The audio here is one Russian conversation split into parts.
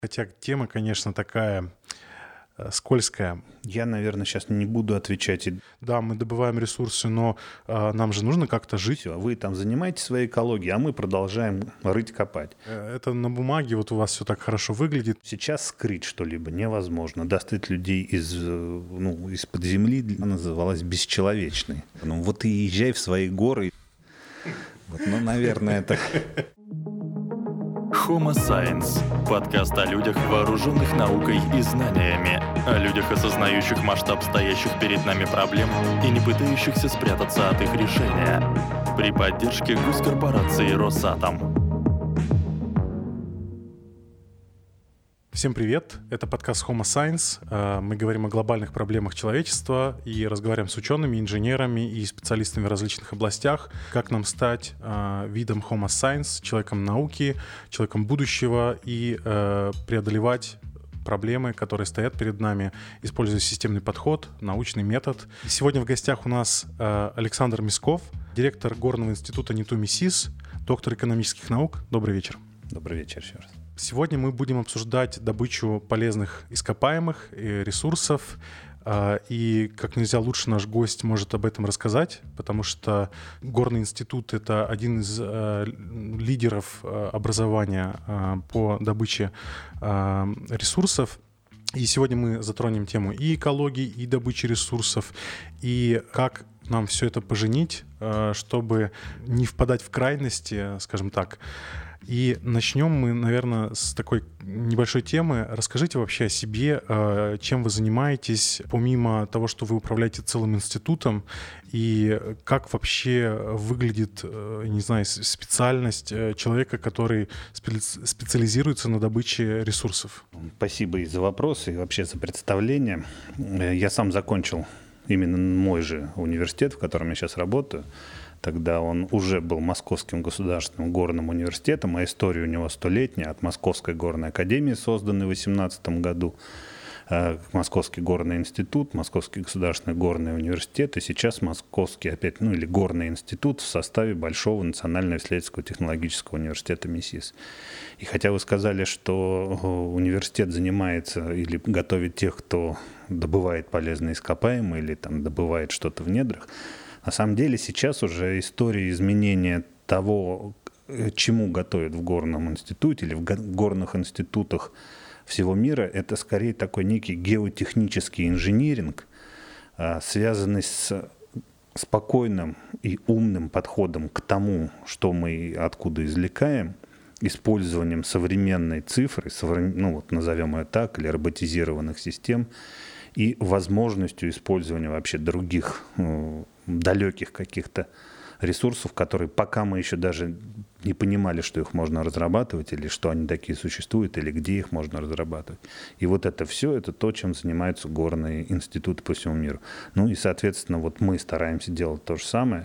Хотя тема, конечно, такая скользкая. Я, наверное, сейчас не буду отвечать. Да, мы добываем ресурсы, но нам же нужно как-то жить. Все, вы там занимаетесь своей экологией, а мы продолжаем рыть, копать. Это на бумаге вот у вас все так хорошо выглядит. Сейчас скрыть что-либо невозможно. Достать людей из-под земли называлось бесчеловечной. Вот и езжай в свои горы. Наверное, так. Homo Science – подкаст о людях, вооруженных наукой и знаниями, о людях, осознающих масштаб стоящих перед нами проблем и не пытающихся спрятаться от их решения. При поддержке госкорпорации «Росатом». Всем привет, это подкаст Homo Science. Мы говорим о глобальных проблемах человечества и разговариваем с учеными, инженерами и специалистами в различных областях, как нам стать видом Homo Science, человеком науки, человеком будущего и преодолевать проблемы, которые стоят перед нами, используя системный подход, научный метод. И сегодня в гостях у нас Александр Мясков, директор Горного института НИТУ МИСИС, доктор экономических наук. Добрый вечер. Добрый вечер еще раз. Сегодня мы будем обсуждать добычу полезных ископаемых и ресурсов. И как нельзя лучше наш гость может об этом рассказать, потому что Горный институт — это один из лидеров образования по добыче ресурсов. И сегодня мы затронем тему и экологии, и добычи ресурсов, и как нам все это поженить, чтобы не впадать в крайности, скажем так. И начнем мы, наверное, с такой небольшой темы. Расскажите вообще о себе, чем вы занимаетесь, помимо того, что вы управляете целым институтом, и как вообще выглядит, не знаю, специальность человека, который специализируется на добыче ресурсов. Спасибо и за вопросы, и вообще за представление. Я сам закончил именно мой же университет, в котором я сейчас работаю. Тогда он уже был Московским государственным горным университетом, а история у него столетняя, от Московской горной академии, созданной в 18 году, Московский горный институт, Московский государственный горный университет, и сейчас Московский или горный институт в составе Большого национального исследовательского технологического университета МИСИС. И хотя вы сказали, что университет занимается или готовит тех, кто добывает полезные ископаемые или там добывает что-то в недрах, на самом деле сейчас уже история изменения того, чему готовят в горном институте или в горных институтах всего мира, это скорее такой некий геотехнический инжиниринг, связанный с спокойным и умным подходом к тому, что мы откуда извлекаем, использованием современной цифры, назовем ее так, или роботизированных систем, и возможностью использования вообще других далеких каких-то ресурсов, которые пока мы еще даже не понимали, что их можно разрабатывать, или что они такие существуют, или где их можно разрабатывать. И вот это все, это то, чем занимаются горные институты по всему миру. И, соответственно, вот мы стараемся делать то же самое.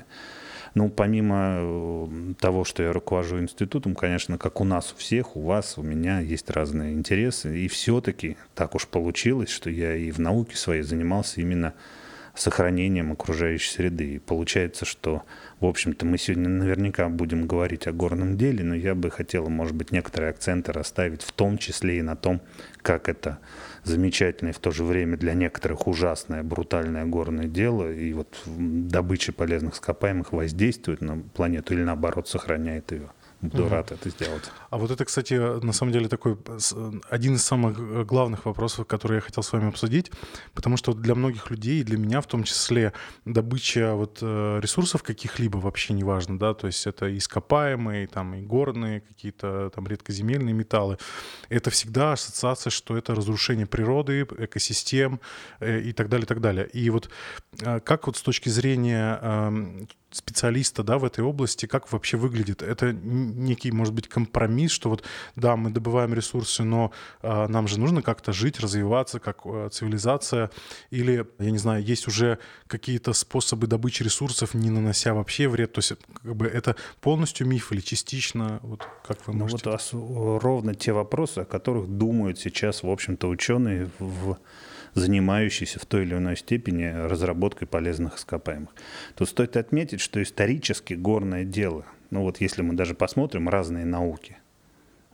Помимо того, что я руковожу институтом, конечно, как у нас у всех, у вас, у меня есть разные интересы. И все-таки так уж получилось, что я и в науке своей занимался именно сохранением окружающей среды. И получается, что, в общем-то, мы сегодня наверняка будем говорить о горном деле, но я бы хотел, может быть, некоторые акценты расставить, в том числе и на том, как это замечательное и в то же время для некоторых ужасное, брутальное горное дело, и вот добыча полезных ископаемых воздействует на планету или, наоборот, сохраняет ее. Буду рад это сделать. А вот это, кстати, на самом деле такой один из самых главных вопросов, которые я хотел с вами обсудить, потому что для многих людей, и для меня в том числе, добыча ресурсов каких-либо вообще не важно, да, то есть это ископаемые, там, и горные какие-то там редкоземельные металлы. Это всегда ассоциация, что это разрушение природы, экосистем и так далее, и так далее. И вот как вот с точки зрения специалиста, да, в этой области, как вообще выглядит? Это некий, может быть, компромисс, что вот, да, мы добываем ресурсы, но нам же нужно как-то жить, развиваться, как цивилизация, или, я не знаю, есть уже какие-то способы добычи ресурсов, не нанося вообще вред, то есть как бы это полностью миф или частично, вот как вы можете? Ровно те вопросы, о которых думают сейчас, в общем-то, ученые, занимающиеся в той или иной степени разработкой полезных ископаемых. Тут стоит отметить, что исторически горное дело, если мы даже посмотрим разные науки,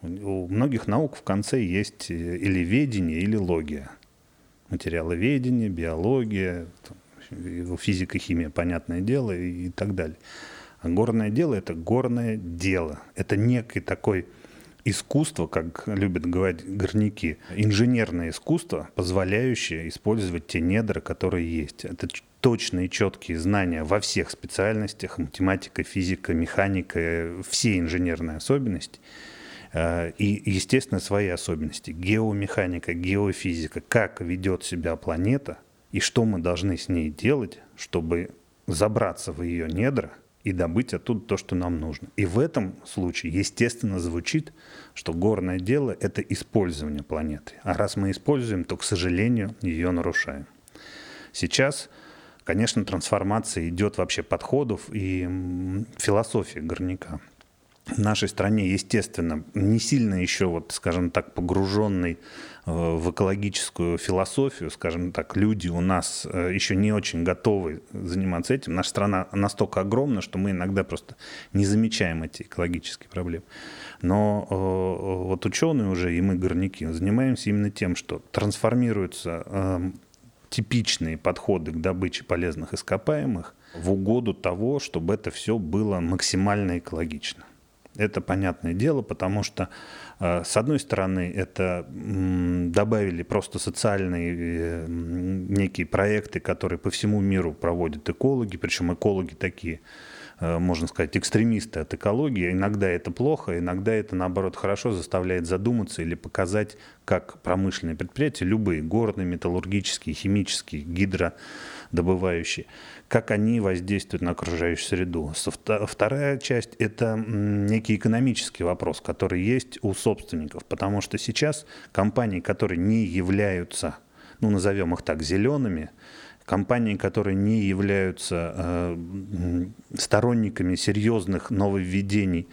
У многих наук в конце есть или ведение, или логия. Материаловедение, биология, физика, химия, понятное дело, и так далее. А горное дело – это горное дело. Это некое такое искусство, как любят говорить горняки, инженерное искусство, позволяющее использовать те недра, которые есть. Это точные, четкие знания во всех специальностях, математика, физика, механика, все инженерные особенности. И, естественно, свои особенности. Геомеханика, геофизика, как ведет себя планета и что мы должны с ней делать, чтобы забраться в ее недра и добыть оттуда то, что нам нужно. И в этом случае, естественно, звучит, что горное дело – это использование планеты. А раз мы используем, то, к сожалению, ее нарушаем. Сейчас, конечно, трансформация идет вообще подходов и философии горняка. В нашей стране, естественно, не сильно еще, вот, скажем так, погруженный в экологическую философию, скажем так, люди у нас еще не очень готовы заниматься этим. Наша страна настолько огромна, что мы иногда просто не замечаем эти экологические проблемы. Но вот ученые уже, и мы, горняки, занимаемся именно тем, что трансформируются типичные подходы к добыче полезных ископаемых в угоду того, чтобы это все было максимально экологично. Это понятное дело, потому что, с одной стороны, это добавили просто социальные некие проекты, которые по всему миру проводят экологи, причем экологи такие, можно сказать, экстремисты от экологии. Иногда это плохо, иногда это, наоборот, хорошо, заставляет задуматься или показать, как промышленные предприятия, любые, горные, металлургические, химические, гидродобывающие, как они воздействуют на окружающую среду. Вторая часть – это некий экономический вопрос, который есть у собственников, потому что сейчас компании, которые не являются, ну, назовем их так, зелеными, компании, которые не являются сторонниками серьезных нововведений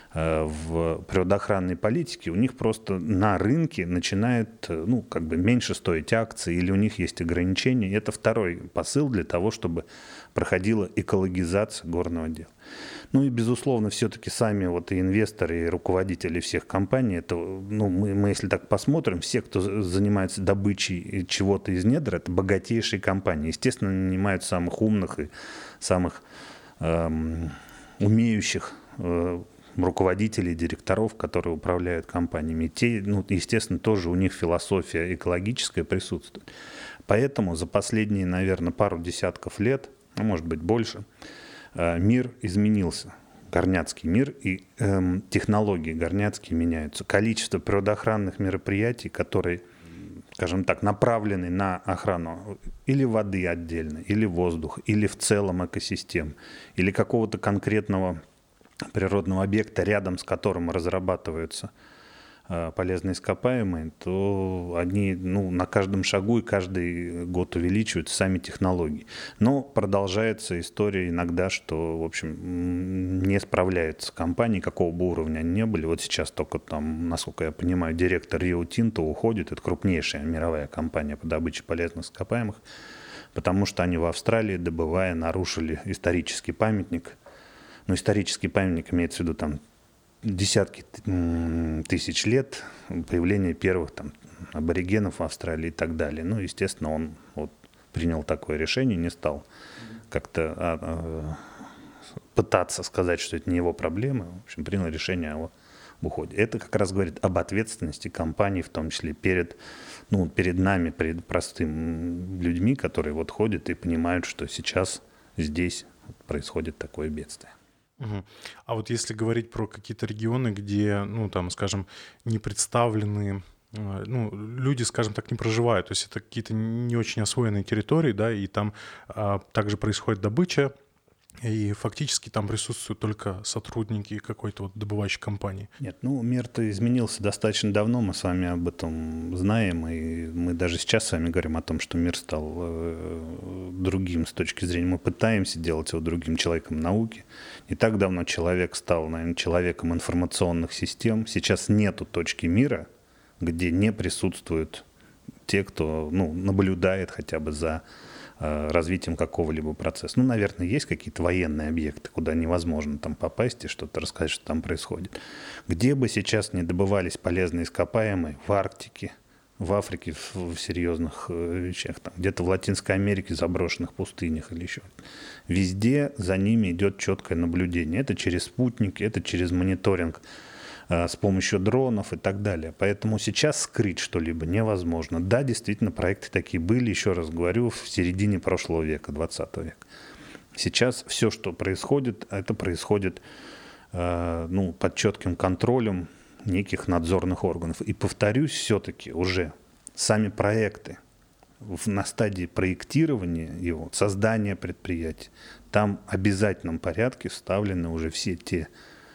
в природоохранной политике, у них просто на рынке начинает, ну, как бы меньше стоить акции, или у них есть ограничения. И это второй посыл для того, чтобы проходила экологизация горного дела. Ну и, безусловно, все-таки сами вот и инвесторы, и руководители всех компаний, это, ну, мы если так посмотрим, все, кто занимается добычей чего-то из недр, это богатейшие компании. Естественно, нанимают самых умных и самых умеющих руководителей, директоров, которые управляют компаниями. Те, ну, естественно, тоже у них философия экологическая присутствует. Поэтому за последние, наверное, пару десятков лет, а может быть больше, мир изменился. Горняцкий мир и технологии горняцкие меняются. Количество природоохранных мероприятий, которые, скажем так, направлены на охрану или воды отдельно, или воздуха, или в целом экосистем, или какого-то конкретного природного объекта, рядом с которым разрабатываются полезные ископаемые, то они, ну, на каждом шагу и каждый год увеличиваются сами технологии. Но продолжается история иногда, что, в общем, не справляются компании, какого бы уровня они ни были. Вот сейчас только там, насколько я понимаю, директор Rio Tinto уходит. Это крупнейшая мировая компания по добыче полезных ископаемых, потому что они в Австралии, добывая, нарушили исторический памятник. Но исторический памятник имеется в виду там десятки тысяч лет появления первых там аборигенов в Австралии и так далее. Ну, естественно, он вот принял такое решение, не стал как-то пытаться сказать, что это не его проблема. В общем, принял решение о уходе. Это как раз говорит об ответственности компаний, в том числе перед нами, перед простыми людьми, которые вот ходят и понимают, что сейчас здесь происходит такое бедствие. А вот если говорить про какие-то регионы, где, ну, там, скажем, не представлены, ну, люди, скажем так, не проживают, то есть это какие-то не очень освоенные территории, да, и там также происходит добыча, и фактически там присутствуют только сотрудники какой-то вот добывающей компании. Нет, ну, мир-то изменился достаточно давно, мы с вами об этом знаем, и мы даже сейчас с вами говорим о том, что мир стал другим с точки зрения, мы пытаемся делать его другим человеком науки. Не так давно человек стал, наверное, человеком информационных систем. Сейчас нету точки мира, где не присутствуют те, кто, ну, наблюдает хотя бы за развитием какого-либо процесса. Ну, наверное, есть какие-то военные объекты, куда невозможно там попасть и что-то рассказать, что там происходит. Где бы сейчас не добывались полезные ископаемые, в Арктике, в Африке в серьезных вещах, там, где-то в Латинской Америке, заброшенных пустынях или еще. Везде за ними идет четкое наблюдение. Это через спутники, это через мониторинг с помощью дронов и так далее. Поэтому сейчас скрыть что-либо невозможно. Да, действительно, проекты такие были, еще раз говорю, в середине прошлого века, 20 века. Сейчас все, что происходит, это происходит под четким контролем неких надзорных органов. И повторюсь, все-таки уже сами проекты на стадии проектирования его, создания предприятия, там в обязательном порядке вставлены уже все те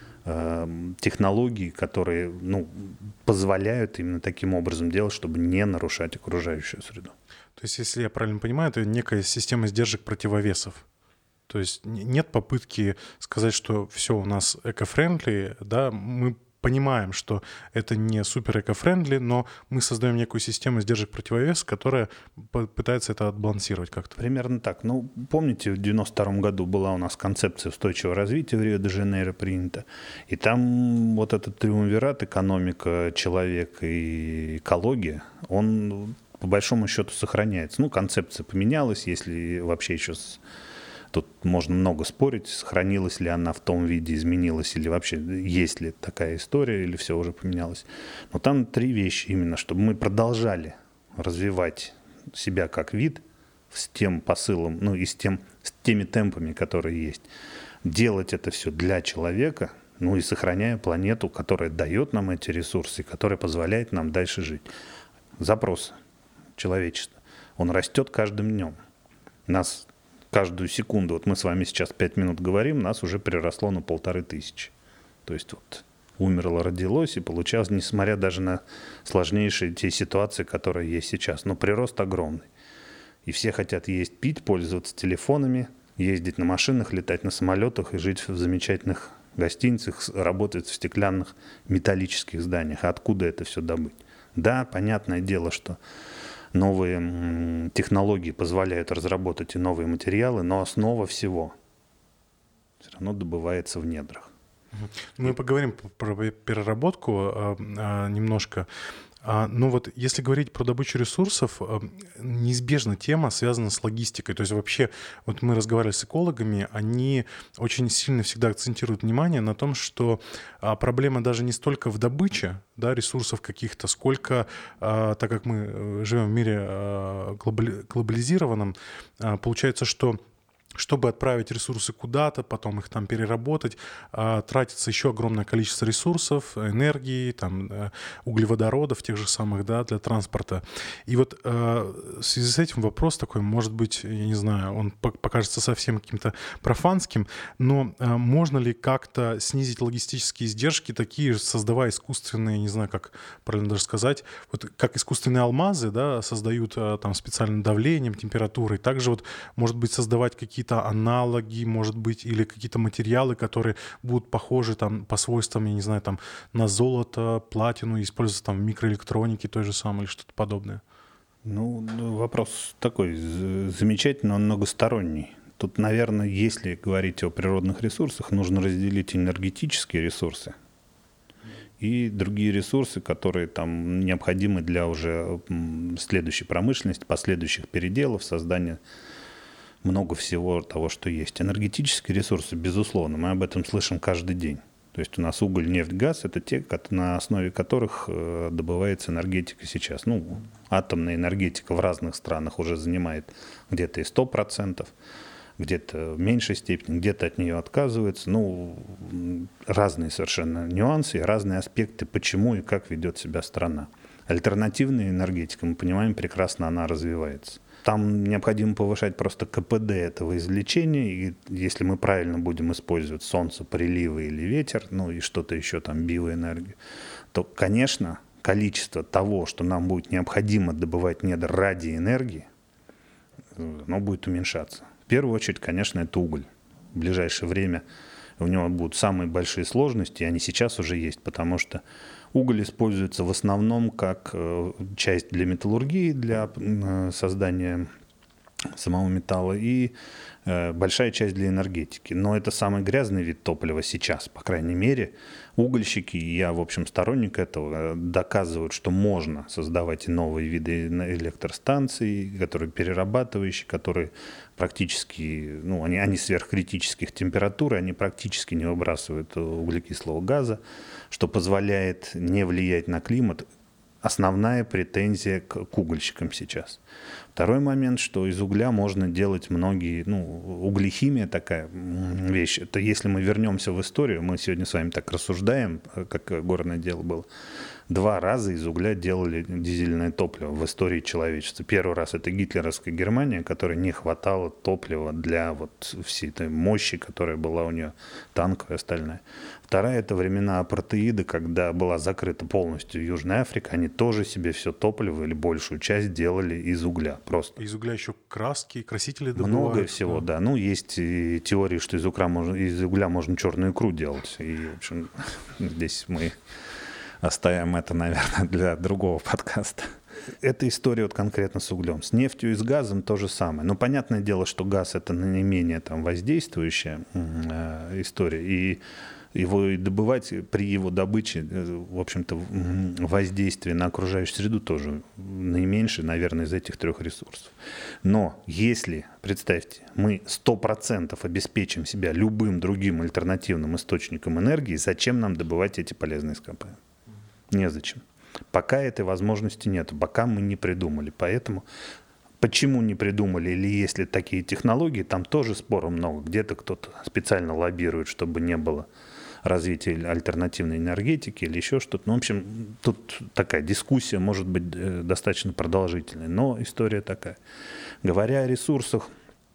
технологии, которые позволяют именно таким образом делать, чтобы не нарушать окружающую среду. То есть, если я правильно понимаю, это некая система сдержек противовесов. То есть нет попытки сказать, что все у нас эко-френдли, да, мы понимаем, что это не супер эко-френдли, но мы создаем некую систему сдержек противовес, которая пытается это отбалансировать как-то. Примерно так. Помните, в 1992 году была у нас концепция устойчивого развития в Рио-де-Жанейро принята, и там вот этот триумвират экономика, человек и экология, он по большому счету сохраняется. Концепция поменялась, если вообще еще тут можно много спорить, сохранилась ли она в том виде, изменилась, или вообще есть ли такая история, или все уже поменялось. Но там 3 вещи именно, чтобы мы продолжали развивать себя как вид с тем посылом, и с теми темпами, которые есть. Делать это все для человека, и сохраняя планету, которая дает нам эти ресурсы, которая позволяет нам дальше жить. Запрос человечества, он растет каждым днем. Нас каждую секунду, вот мы с вами сейчас 5 минут говорим, нас уже переросло на 1500. То есть умерло, родилось, и получалось, несмотря даже на сложнейшие те ситуации, которые есть сейчас. Но прирост огромный. И все хотят есть, пить, пользоваться телефонами, ездить на машинах, летать на самолетах и жить в замечательных гостиницах, работать в стеклянных металлических зданиях. А откуда это все добыть? Да, понятное дело, что новые технологии позволяют разработать и новые материалы, но основа всего все равно добывается в недрах. Мы поговорим про переработку немножко. Но вот если говорить про добычу ресурсов, неизбежно тема связана с логистикой. То есть вообще, вот мы разговаривали с экологами, они очень сильно всегда акцентируют внимание на том, что проблема даже не столько в добыче, да, ресурсов каких-то, сколько, так как мы живем в мире глобализированном, получается, что чтобы отправить ресурсы куда-то, потом их там переработать, тратится еще огромное количество ресурсов, энергии, углеводородов тех же самых, да, для транспорта. И вот в связи с этим вопрос такой, может быть, я не знаю, он покажется совсем каким-то профанским, но можно ли как-то снизить логистические издержки, такие же, создавая искусственные, не знаю, как правильно даже сказать, вот как искусственные алмазы, да, создают там специальным давлением, температурой, также вот, может быть, создавать какие-то аналоги, может быть, или какие-то материалы, которые будут похожи там по свойствам, я не знаю, там на золото, платину, используются там в микроэлектронике той же самой или что-то подобное? Вопрос такой замечательный, он многосторонний. Тут, наверное, если говорить о природных ресурсах, нужно разделить энергетические ресурсы и другие ресурсы, которые там необходимы для уже следующей промышленности, последующих переделов, создания много всего того, что есть. Энергетические ресурсы, безусловно, мы об этом слышим каждый день. То есть у нас уголь, нефть, газ – это те, на основе которых добывается энергетика сейчас. Атомная энергетика в разных странах уже занимает где-то и 100%, где-то в меньшей степени, где-то от нее отказываются. Разные совершенно нюансы и разные аспекты, почему и как ведет себя страна. Альтернативная энергетика, мы понимаем, прекрасно она развивается. Там необходимо повышать просто КПД этого извлечения, и если мы правильно будем использовать солнце, приливы или ветер, и что-то еще там, биоэнергию, то, конечно, количество того, что нам будет необходимо добывать недр ради энергии, оно будет уменьшаться. В первую очередь, конечно, это уголь. В ближайшее время у него будут самые большие сложности, и они сейчас уже есть, потому что уголь используется в основном как часть для металлургии, для создания самого металла, и большая часть для энергетики. Но это самый грязный вид топлива сейчас, по крайней мере. Угольщики, я, в общем, сторонник этого, доказывают, что можно создавать и новые виды электростанций, которые перерабатывающие, которые практически, они сверхкритических температур, они практически не выбрасывают углекислого газа, что позволяет не влиять на климат. Основная претензия к угольщикам сейчас. Второй момент, что из угля можно делать многие, углехимия такая вещь. Это если мы вернемся в историю, мы сегодня с вами так рассуждаем, как горное дело было. 2 раза из угля делали дизельное топливо в истории человечества. Первый раз это гитлеровская Германия, которой не хватало топлива для всей этой мощи, которая была у нее, танковая, остальная. Вторая — это времена апартеида, когда была закрыта полностью Южная Африка. Они тоже себе все топливо или большую часть делали из угля. Просто. Из угля еще краски, красители добывают. Много всего, да. Есть и теории, что из угля можно черную икру делать. И, в общем, здесь мы оставим это, наверное, для другого подкаста. Это история конкретно с углем. С нефтью и с газом то же самое. Но понятное дело, что газ — это наименее воздействующая история. И его добывать при его добыче, в общем-то, воздействие на окружающую среду тоже наименьшее, наверное, из этих 3 ресурсов. Но если, представьте, мы 100% обеспечим себя любым другим альтернативным источником энергии, зачем нам добывать эти полезные ископаемые? Незачем. Пока этой возможности нет, пока мы не придумали. Поэтому почему не придумали, или есть ли такие технологии, там тоже споров много. Где-то кто-то специально лоббирует, чтобы не было развития альтернативной энергетики или еще что-то. В общем, тут такая дискуссия может быть достаточно продолжительной, но история такая. Говоря о ресурсах,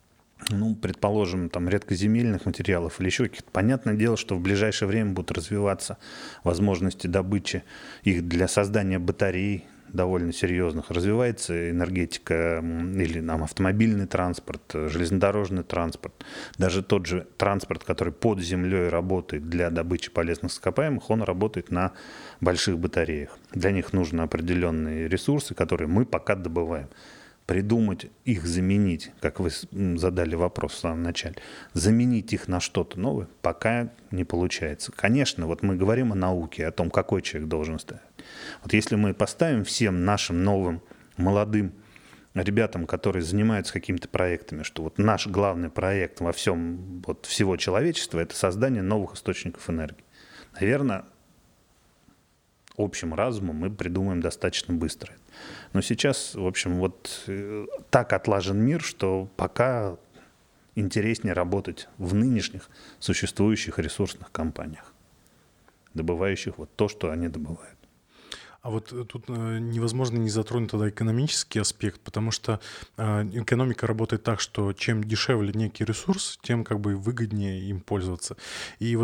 предположим, редкоземельных материалов или еще каких-то. Понятное дело, что в ближайшее время будут развиваться возможности добычи их для создания батарей довольно серьезных. Развивается энергетика или автомобильный транспорт, железнодорожный транспорт. Даже тот же транспорт, который под землей работает для добычи полезных ископаемых, он работает на больших батареях. Для них нужны определенные ресурсы, которые мы пока добываем. Придумать их, заменить, как вы задали вопрос в самом начале, заменить их на что-то новое пока не получается. Конечно, мы говорим о науке, о том, какой человек должен ставить. Если мы поставим всем нашим новым, молодым ребятам, которые занимаются какими-то проектами, что наш главный проект во всем, всего человечества — это создание новых источников энергии. Наверное, общим разумом мы придумаем достаточно быстро. Но сейчас, в общем, так отлажен мир, что пока интереснее работать в нынешних существующих ресурсных компаниях, добывающих то, что они добывают. А тут невозможно не затронуть тогда экономический аспект, потому что экономика работает так, что чем дешевле некий ресурс, тем выгоднее им пользоваться. И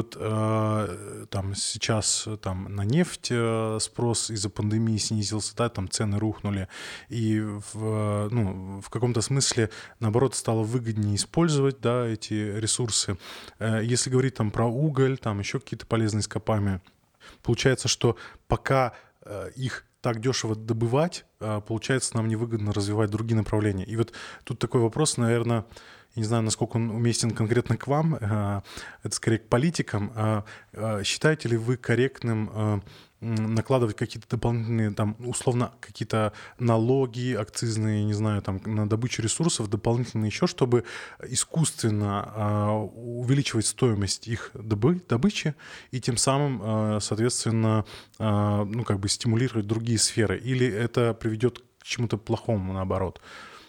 сейчас на нефть спрос из-за пандемии снизился, цены рухнули, и в каком-то смысле, наоборот, стало выгоднее использовать эти ресурсы. Если говорить про уголь, еще какие-то полезные ископаемые, получается, что пока их так дешево добывать, получается, нам невыгодно развивать другие направления. И тут такой вопрос, наверное, я не знаю, насколько он уместен конкретно к вам, это скорее к политикам. Считаете ли вы корректным накладывать какие-то дополнительные, условно, какие-то налоги акцизные, не знаю, на добычу ресурсов, дополнительные еще, чтобы искусственно увеличивать стоимость их добычи и тем самым, соответственно, стимулировать другие сферы? Или это приведет к чему-то плохому, наоборот?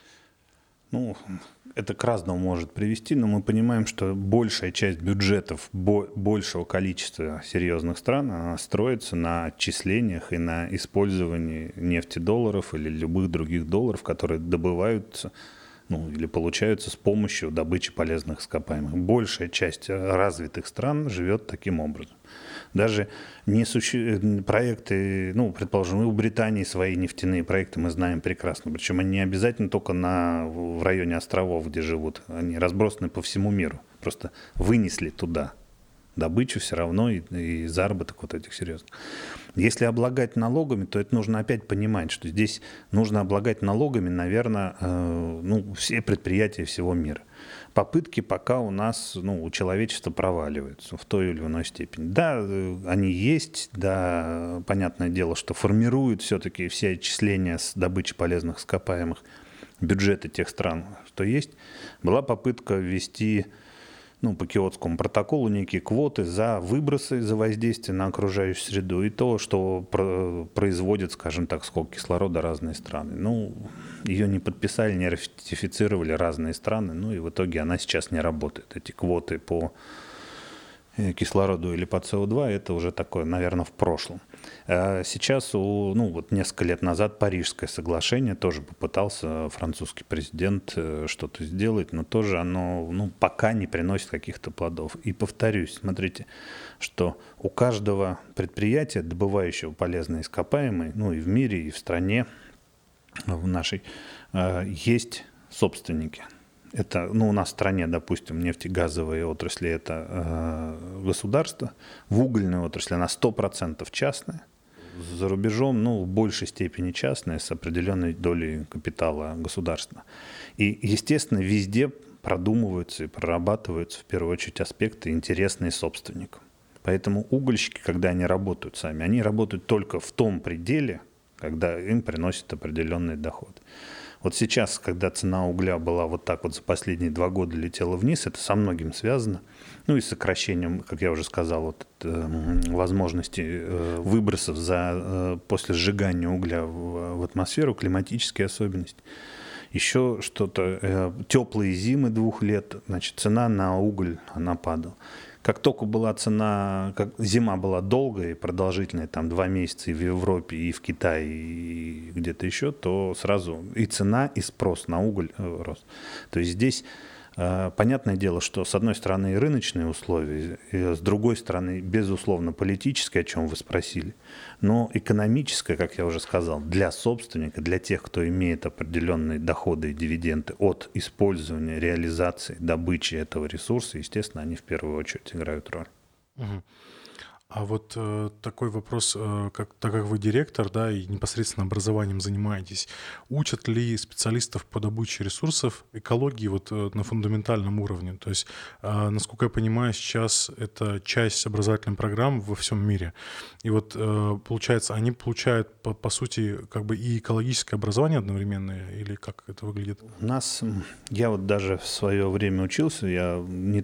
Это к разному может привести, но мы понимаем, что большая часть бюджетов большего количества серьезных стран, она строится на отчислениях и на использовании нефтедолларов или любых других долларов, которые добываются или получаются с помощью добычи полезных ископаемых. Большая часть развитых стран живет таким образом. Даже проекты, предположим, и у Британии свои нефтяные проекты мы знаем прекрасно. Причем они не обязательно только в районе островов, где живут. Они разбросаны по всему миру. Просто вынесли туда добычу все равно и заработок вот этих серьезных. Если облагать налогами, то это нужно опять понимать, что здесь нужно облагать налогами, наверное, все предприятия всего мира. Попытки пока у нас, у человечества проваливаются в той или иной степени. Да, они есть, да, понятное дело, что формируют все-таки все отчисления с добычи полезных ископаемых бюджеты тех стран, что есть. Была попытка ввести по Киотскому протоколу некие квоты за выбросы, за воздействие на окружающую среду и то, что производят, скажем так, сколько кислорода разные страны. Ее не подписали, не ратифицировали разные страны, и в итоге она сейчас не работает. Эти квоты по кислороду или по СО2, это уже такое, наверное, в прошлом. А сейчас, несколько лет назад Парижское соглашение тоже попытался французский президент что-то сделать, но тоже оно, пока не приносит каких-то плодов. И повторюсь, смотрите, что у каждого предприятия, добывающего полезные ископаемые, и в мире, и в стране, в нашей, есть собственники. Это, у нас в стране, допустим, нефтегазовые отрасли – это государство, в угольной отрасли она 100% частная, за рубежом, в большей степени частная, с определенной долей капитала государства. И, естественно, везде продумываются и прорабатываются, в первую очередь, аспекты, интересные собственникам. Поэтому угольщики, когда они работают сами, они работают только в том пределе, когда им приносит определенный доход. Вот сейчас, когда цена угля была вот так вот за последние 2 года летела вниз, это со многим связано. И с сокращением, как я уже сказал, возможности выбросов после сжигания угля в атмосферу, климатические особенности. Еще что-то, теплые зимы 2 лет, цена на уголь, она падала. Как только была зима была долгая и продолжительная, 2 месяца и в Европе, и в Китае, и где-то еще, то сразу и цена, и спрос на уголь рос. То есть здесь понятное дело, что с одной стороны и рыночные условия, и с другой стороны, безусловно, политическое, о чем вы спросили, но экономическое, как я уже сказал, для собственника, для тех, кто имеет определенные доходы и дивиденды от использования, реализации, добычи этого ресурса, естественно, они в первую очередь играют роль. Угу. А вот такой вопрос, так как вы директор, да, и непосредственно образованием занимаетесь, учат ли специалистов по добыче ресурсов экологии на фундаментальном уровне? То есть, насколько я понимаю, сейчас это часть образовательной программы во всем мире. И получается, они получают, по сути, и экологическое образование одновременное, или как это выглядит? Я даже в свое время учился, я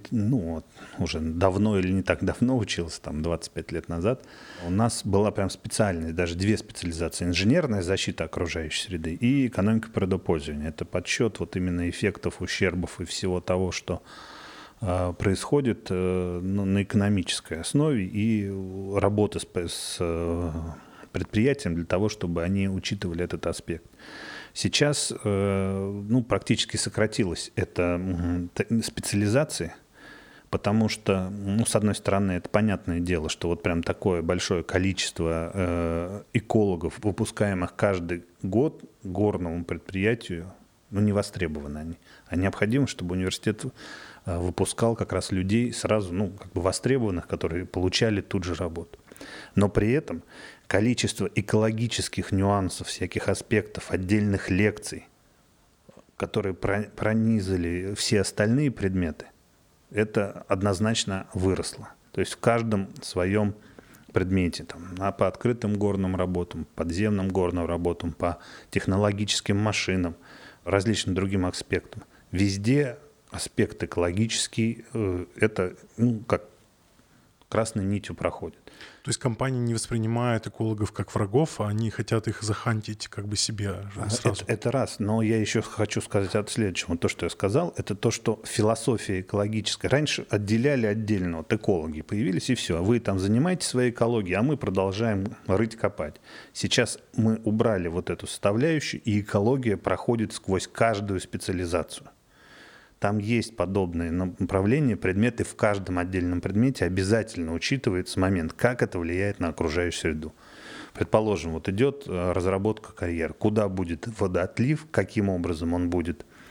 уже давно или не так давно учился, 25 лет назад, у нас была прям специальность, даже 2 специализации: инженерная защита окружающей среды и экономика природопользования. Это подсчет именно эффектов, ущербов и всего того, что происходит на экономической основе, и работа с предприятием для того, чтобы они учитывали этот аспект. Сейчас практически сократилась эта специализация, потому что, с одной стороны, это понятное дело, что прям такое большое количество экологов, выпускаемых каждый год горному предприятию, не востребованы они. А необходимо, чтобы университет выпускал как раз людей сразу, востребованных, которые получали тут же работу. Но при этом количество экологических нюансов, всяких аспектов, отдельных лекций, которые пронизали все остальные предметы, это однозначно выросло. То есть в каждом своем предмете, по открытым горным работам, подземным горным работам, по технологическим машинам, различным другим аспектам. Везде аспект экологический, это как красной нитью проходит. То есть компании не воспринимают экологов как врагов, а они хотят их захантить себе сразу. Это раз. Но я еще хочу сказать от следующего. То, что я сказал, это то, что философия экологическая. Раньше отделяли отдельно. Экологи появились, и все. Вы занимаетесь своей экологией, а мы продолжаем рыть, копать. Сейчас мы убрали эту составляющую, и экология проходит сквозь каждую специализацию. Там есть подобные направления, предметы в каждом отдельном предмете обязательно учитывается момент, как это влияет на окружающую среду. Предположим, идет разработка карьер, куда будет водоотлив, каким образом он будет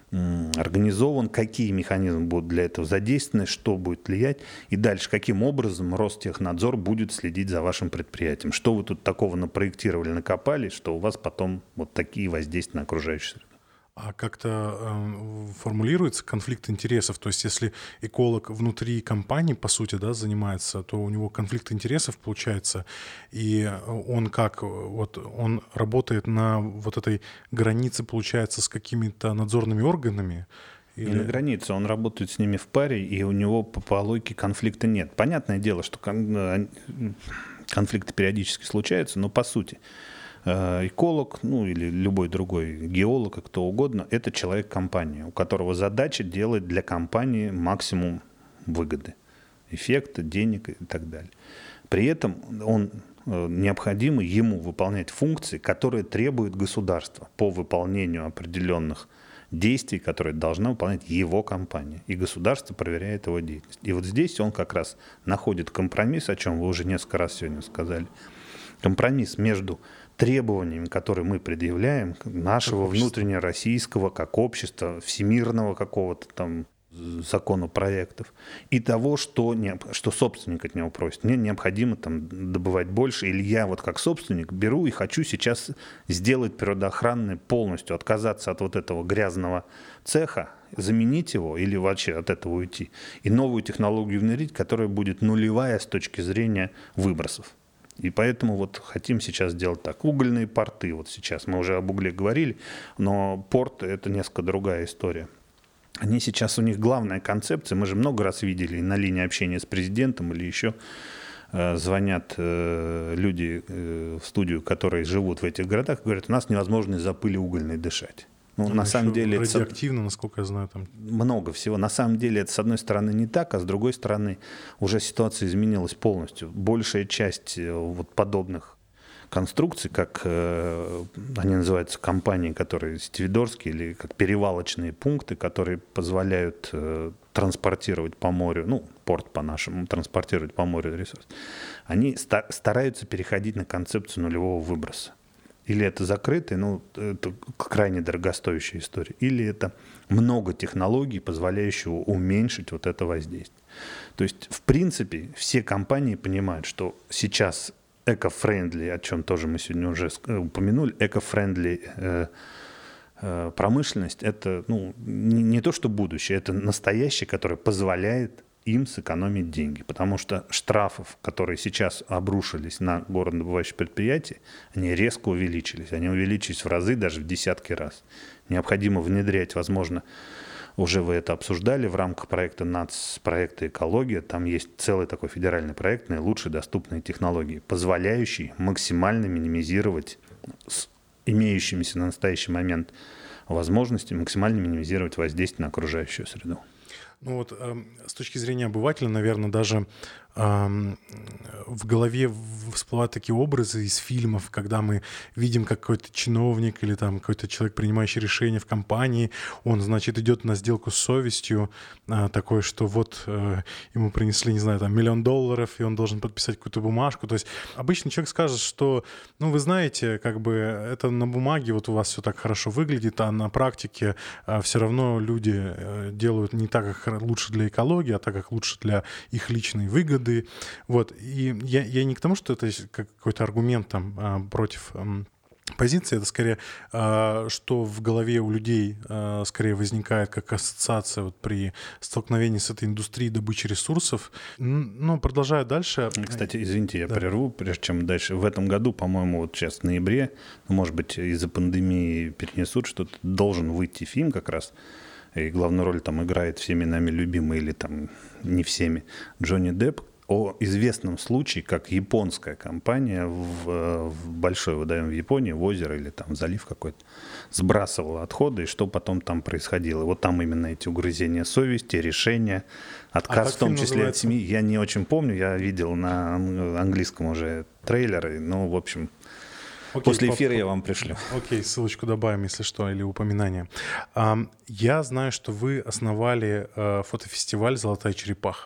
организован, какие механизмы будут для этого задействованы, что будет влиять, и дальше, каким образом Ростехнадзор будет следить за вашим предприятием. Что вы тут такого напроектировали, накопали, что у вас потом вот такие воздействия на окружающую среду. А как-то формулируется конфликт интересов? То есть если эколог внутри компании, по сути, да, занимается, то у него конфликт интересов получается, и он как? Вот он работает на вот этой границе, получается, с какими-то надзорные органами? Или... Не на границе, он работает с ними в паре, и у него по логике конфликта нет. Понятное дело, что конфликты периодически случаются, но по сути... Эколог, ну или любой другой геолог, кто угодно, это человек компании, у которого задача делать для компании максимум выгоды, эффекта, денег и так далее. При этом необходимо ему выполнять функции, которые требует государство по выполнению определенных действий, которые должна выполнять его компания. И государство проверяет его деятельность. И вот здесь он как раз находит компромисс, о чем вы уже несколько раз сегодня сказали. Компромисс между требованиями, которые мы предъявляем, нашего внутреннего российского, как общества, всемирного какого-то там законопроектов, и того, что собственник от него просит. Мне необходимо там добывать больше, или я вот как собственник беру и хочу сейчас сделать природоохранное полностью, отказаться от вот этого грязного цеха, заменить его или вообще от этого уйти, и новую технологию внедрить, которая будет нулевая с точки зрения выбросов. И поэтому вот хотим сейчас сделать так. Угольные порты, вот сейчас мы уже об угле говорили, но порт — это несколько другая история. Они сейчас, у них главная концепция, мы же много раз видели на линии общения с президентом или еще звонят люди в студию, которые живут в этих городах, говорят, у нас невозможно из-за пыли угольной дышать. Ну, на самом деле радиоактивно, насколько я знаю, там много всего. На самом деле это, с одной стороны, не так, а с другой стороны уже ситуация изменилась полностью. Большая часть вот подобных конструкций, как они называются, компании, которые стивидорские или как перевалочные пункты, которые позволяют транспортировать по морю, ну, порт по-нашему, транспортировать по морю ресурс, они стараются переходить на концепцию нулевого выброса. Или это закрытый, ну, это крайне дорогостоящая история, или это много технологий, позволяющих уменьшить вот это воздействие. То есть, в принципе, все компании понимают, что сейчас эко-френдли, о чем тоже мы сегодня уже упомянули, эко-френдли промышленность, это не то, что будущее, это настоящее, которое позволяет им сэкономить деньги. Потому что штрафов, которые сейчас обрушились на горнодобывающие предприятия, они резко увеличились. Они увеличились в разы, даже в десятки раз. Необходимо внедрять, возможно, уже вы это обсуждали в рамках проекта НАЦ, проекта «Экология». Там есть целый такой федеральный проект «Наилучшие доступные технологии», позволяющий максимально минимизировать с имеющимися на настоящий момент возможностями, максимально минимизировать воздействие на окружающую среду. Ну вот с точки зрения обывателя, наверное, даже в голове всплывают такие образы из фильмов, когда мы видим, как какой-то чиновник или там какой-то человек, принимающий решение в компании, он, значит, идет на сделку с совестью, такой, что вот ему принесли, не знаю, там $1 миллион, и он должен подписать какую-то бумажку. То есть обычный человек скажет, что, ну, вы знаете, как бы это на бумаге вот у вас все так хорошо выглядит, а на практике все равно люди делают не так, как лучше для экологии, а так, как лучше для их личной выгоды. Вот. И я не к тому, что это какой-то аргумент там против позиции, это скорее, что в голове у людей скорее возникает как ассоциация вот при столкновении с этой индустрией добычи ресурсов. Но продолжая дальше... Кстати, извините, я прерву, прежде чем дальше. В этом году, по-моему, вот сейчас в ноябре, может быть, из-за пандемии перенесут, что должен выйти фильм как раз, и главную роль там играет всеми нами любимый, или там не всеми, Джонни Депп, о известном случае, как японская компания в большой водоем в Японии, в озеро или там в залив какой-то, сбрасывала отходы, и что потом там происходило. Вот там именно эти угрызения совести, решения, отказ в том числе от семьи. Я не очень помню, я видел на английском уже трейлеры, но, в общем... После эфира я вам пришлю. Окей, ссылочку добавим, если что, или упоминание. Я знаю, что вы основали фотофестиваль «Золотая черепаха».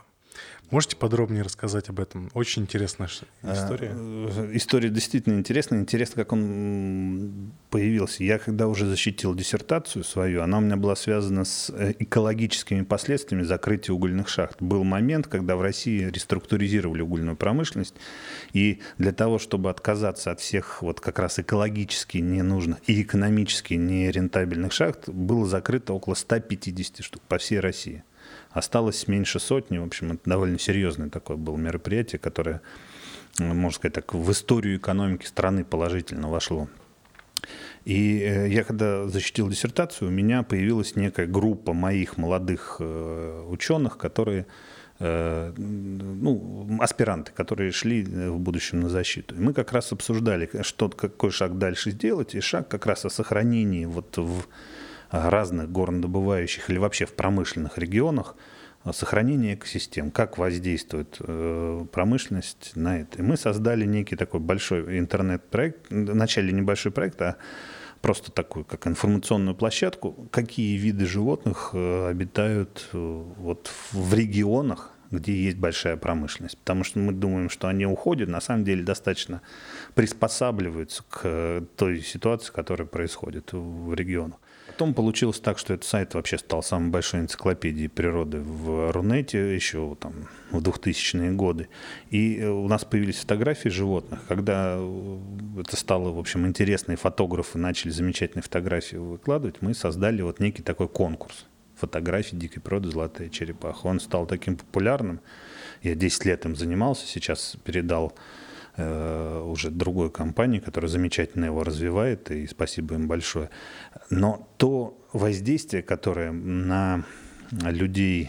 Можете подробнее рассказать об этом? Очень интересная история. История действительно интересная. Интересно, как он появился. Я когда уже защитил диссертацию свою, она у меня была связана с экологическими последствиями закрытия угольных шахт. Был момент, когда в России реструктуризировали угольную промышленность, и для того, чтобы отказаться от всех вот как раз экологически ненужных и экономически нерентабельных шахт, было закрыто около 150 штук по всей России. Осталось меньше сотни. В общем, это довольно серьезное такое было мероприятие, которое, можно сказать так, в историю экономики страны положительно вошло. И я когда защитил диссертацию, у меня появилась некая группа моих молодых ученых, которые, аспиранты, которые шли в будущем на защиту. И мы как раз обсуждали, какой шаг дальше сделать, и шаг как раз о сохранении вот в разных горнодобывающих или вообще в промышленных регионах сохранение экосистем, как воздействует промышленность на это. И мы создали некий такой большой интернет-проект, вначале небольшой проект, а просто такую, как информационную площадку, какие виды животных обитают вот в регионах, где есть большая промышленность. Потому что мы думаем, что они уходят, на самом деле достаточно приспосабливаются к той ситуации, которая происходит в регионах. Потом получилось так, что этот сайт вообще стал самой большой энциклопедией природы в Рунете еще там, в 2000-е годы. И у нас появились фотографии животных. Когда это стало, в общем, интересно, и фотографы начали замечательные фотографии выкладывать, мы создали вот некий такой конкурс фотографий дикой природы «Золотая черепаха». Он стал таким популярным. Я 10 лет им занимался, сейчас передал уже другой компании, которая замечательно его развивает, и спасибо им большое. Но то воздействие, которое на людей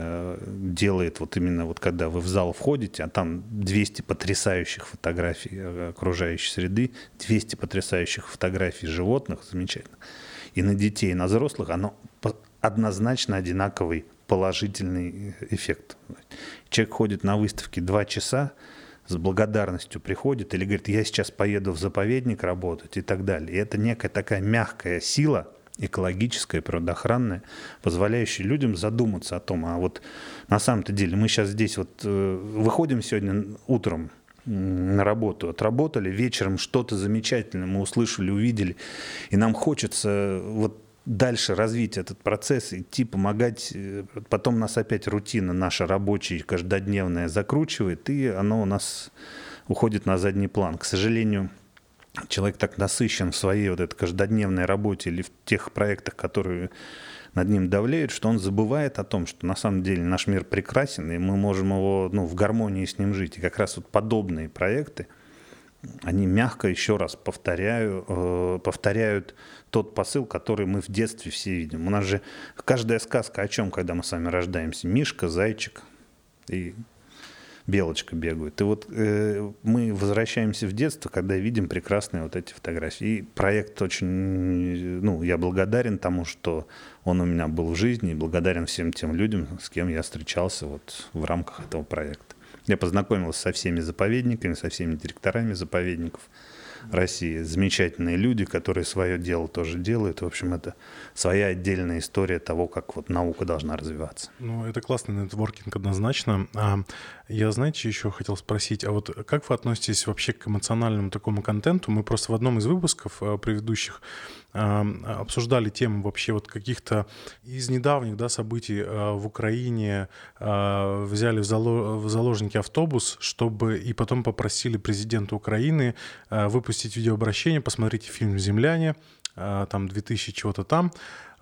делает вот именно вот когда вы в зал входите, а там 200 потрясающих фотографий окружающей среды, 200 потрясающих фотографий животных, замечательно, и на детей, и на взрослых, оно однозначно одинаковый положительный эффект. Человек ходит на выставке 2 часа, с благодарностью приходит или говорит, я сейчас поеду в заповедник работать и так далее. И это некая такая мягкая сила, экологическая, природоохранная, позволяющая людям задуматься о том, а вот на самом-то деле мы сейчас здесь вот выходим сегодня утром на работу, отработали, вечером что-то замечательное мы услышали, увидели, и нам хочется вот дальше развить этот процесс, идти, помогать. Потом нас опять рутина наша рабочая, каждодневная закручивает, и оно у нас уходит на задний план. К сожалению, человек так насыщен в своей вот этой каждодневной работе или в тех проектах, которые над ним давлеют, что он забывает о том, что на самом деле наш мир прекрасен, и мы можем его в гармонии с ним жить. И как раз вот подобные проекты, они мягко, еще раз повторяют тот посыл, который мы в детстве все видим. У нас же каждая сказка о чем, когда мы с вами рождаемся? Мишка, зайчик и белочка бегают. И вот мы возвращаемся в детство, когда видим прекрасные вот эти фотографии. И проект очень... я благодарен тому, что он у меня был в жизни, и благодарен всем тем людям, с кем я встречался вот в рамках этого проекта. Я познакомился со всеми заповедниками, со всеми директорами заповедников России. Замечательные люди, которые свое дело тоже делают. В общем, это своя отдельная история того, как вот наука должна развиваться. Это классный нетворкинг однозначно. Я, знаете, еще хотел спросить, а вот как вы относитесь вообще к эмоциональному такому контенту? Мы просто в одном из выпусков предыдущих обсуждали тему вообще вот каких-то из недавних событий в Украине, взяли в заложники автобус, и потом попросили президента Украины выпустить видеообращение, посмотрите фильм «Земляне», там 2000 чего-то там,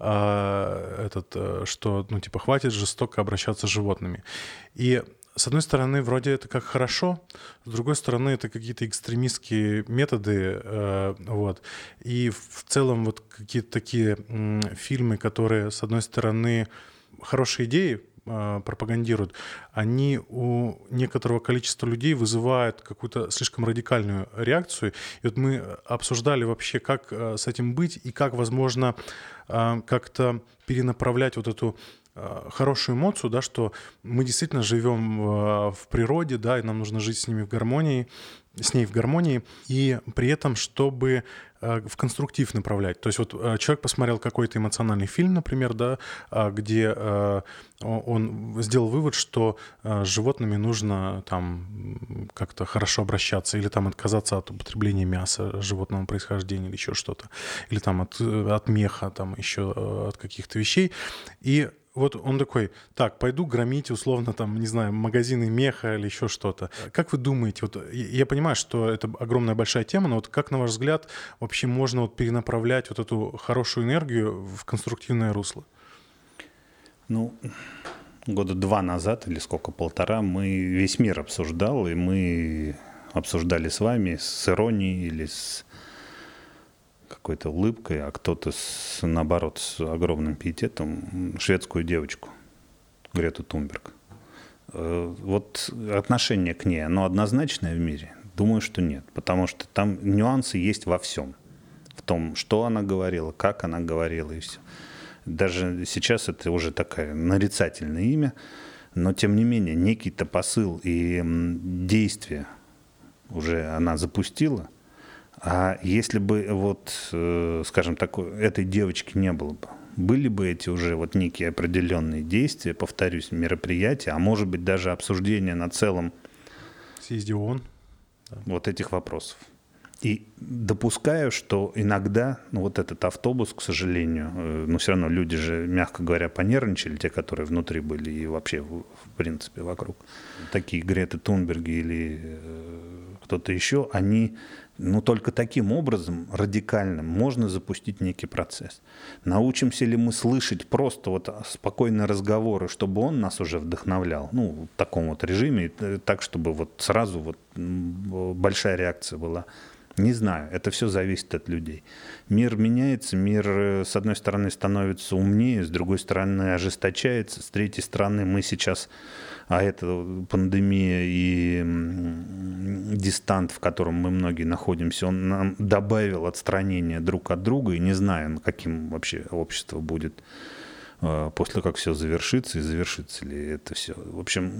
что, хватит жестоко обращаться с животными. И с одной стороны, вроде это как хорошо, с другой стороны, это какие-то экстремистские методы. И в целом вот какие-то такие фильмы, которые, с одной стороны, хорошие идеи пропагандируют, они у некоторого количества людей вызывают какую-то слишком радикальную реакцию. И вот мы обсуждали вообще, как с этим быть и как, возможно, как-то перенаправлять вот эту хорошую эмоцию, что мы действительно живем в природе, и нам нужно жить с ними в гармонии, с ней в гармонии, и при этом, чтобы в конструктив направлять. То есть вот человек посмотрел какой-то эмоциональный фильм, например, да, где он сделал вывод, что с животными нужно там как-то хорошо обращаться или там отказаться от употребления мяса животного происхождения или еще что-то, или там от меха, там еще от каких-то вещей. И вот он такой: так, пойду громить, условно, там, не знаю, магазины меха или еще что-то. Как вы думаете, вот я понимаю, что это огромная большая тема, но вот как, на ваш взгляд, вообще можно вот перенаправлять вот эту хорошую энергию в конструктивное русло? Ну, года 2 назад или сколько, 1,5, мы весь мир обсуждал, и мы обсуждали с вами с иронией или с какой-то улыбкой, а кто-то, наоборот, с огромным пиететом, шведскую девочку Грету Тунберг. Вот отношение к ней, оно однозначное в мире? Думаю, что нет, потому что там нюансы есть во всем. В том, что она говорила, как она говорила и все. Даже сейчас это уже такое нарицательное имя, но тем не менее некий-то посыл и действие уже она запустила. А если бы, вот, скажем так, этой девочки не было бы, были бы эти уже вот некие определенные действия, повторюсь, мероприятия, а может быть даже обсуждение на целом съезде ООН, вот этих вопросов. И допускаю, что иногда, ну, вот этот автобус, к сожалению, но все равно люди же, мягко говоря, понервничали, те, которые внутри были и вообще, в принципе, вокруг. Такие Греты Тунберги или кто-то еще, они, ну, только таким образом, радикальным, можно запустить некий процесс. Научимся ли мы слышать просто вот спокойные разговоры, чтобы он нас уже вдохновлял, ну, в таком вот режиме, так, чтобы вот сразу вот большая реакция была? Не знаю, это все зависит от людей. Мир меняется, мир, с одной стороны, становится умнее, с другой стороны, ожесточается, с третьей стороны, мы сейчас, а это пандемия и дистант, в котором мы многие находимся, он нам добавил отстранение друг от друга, и не знаем, каким вообще общество будет после как все завершится, и завершится ли это все. В общем,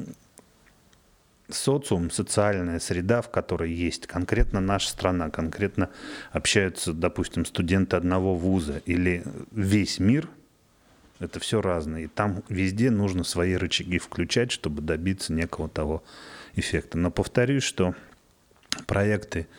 социум, социальная среда, в которой есть конкретно наша страна, конкретно общаются, допустим, студенты одного вуза или весь мир, это все разное. И там везде нужно свои рычаги включать, чтобы добиться некого того эффекта. Но повторюсь, что проекты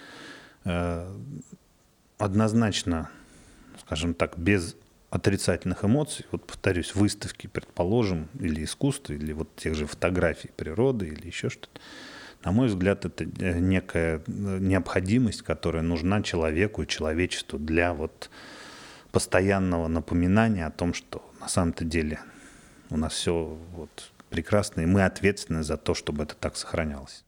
однозначно, скажем так, без отрицательных эмоций, вот повторюсь, выставки, предположим, или искусство, или вот тех же фотографий природы, или еще что-то, на мой взгляд, это некая необходимость, которая нужна человеку и человечеству для вот постоянного напоминания о том, что на самом-то деле у нас все вот прекрасно, и мы ответственны за то, чтобы это так сохранялось.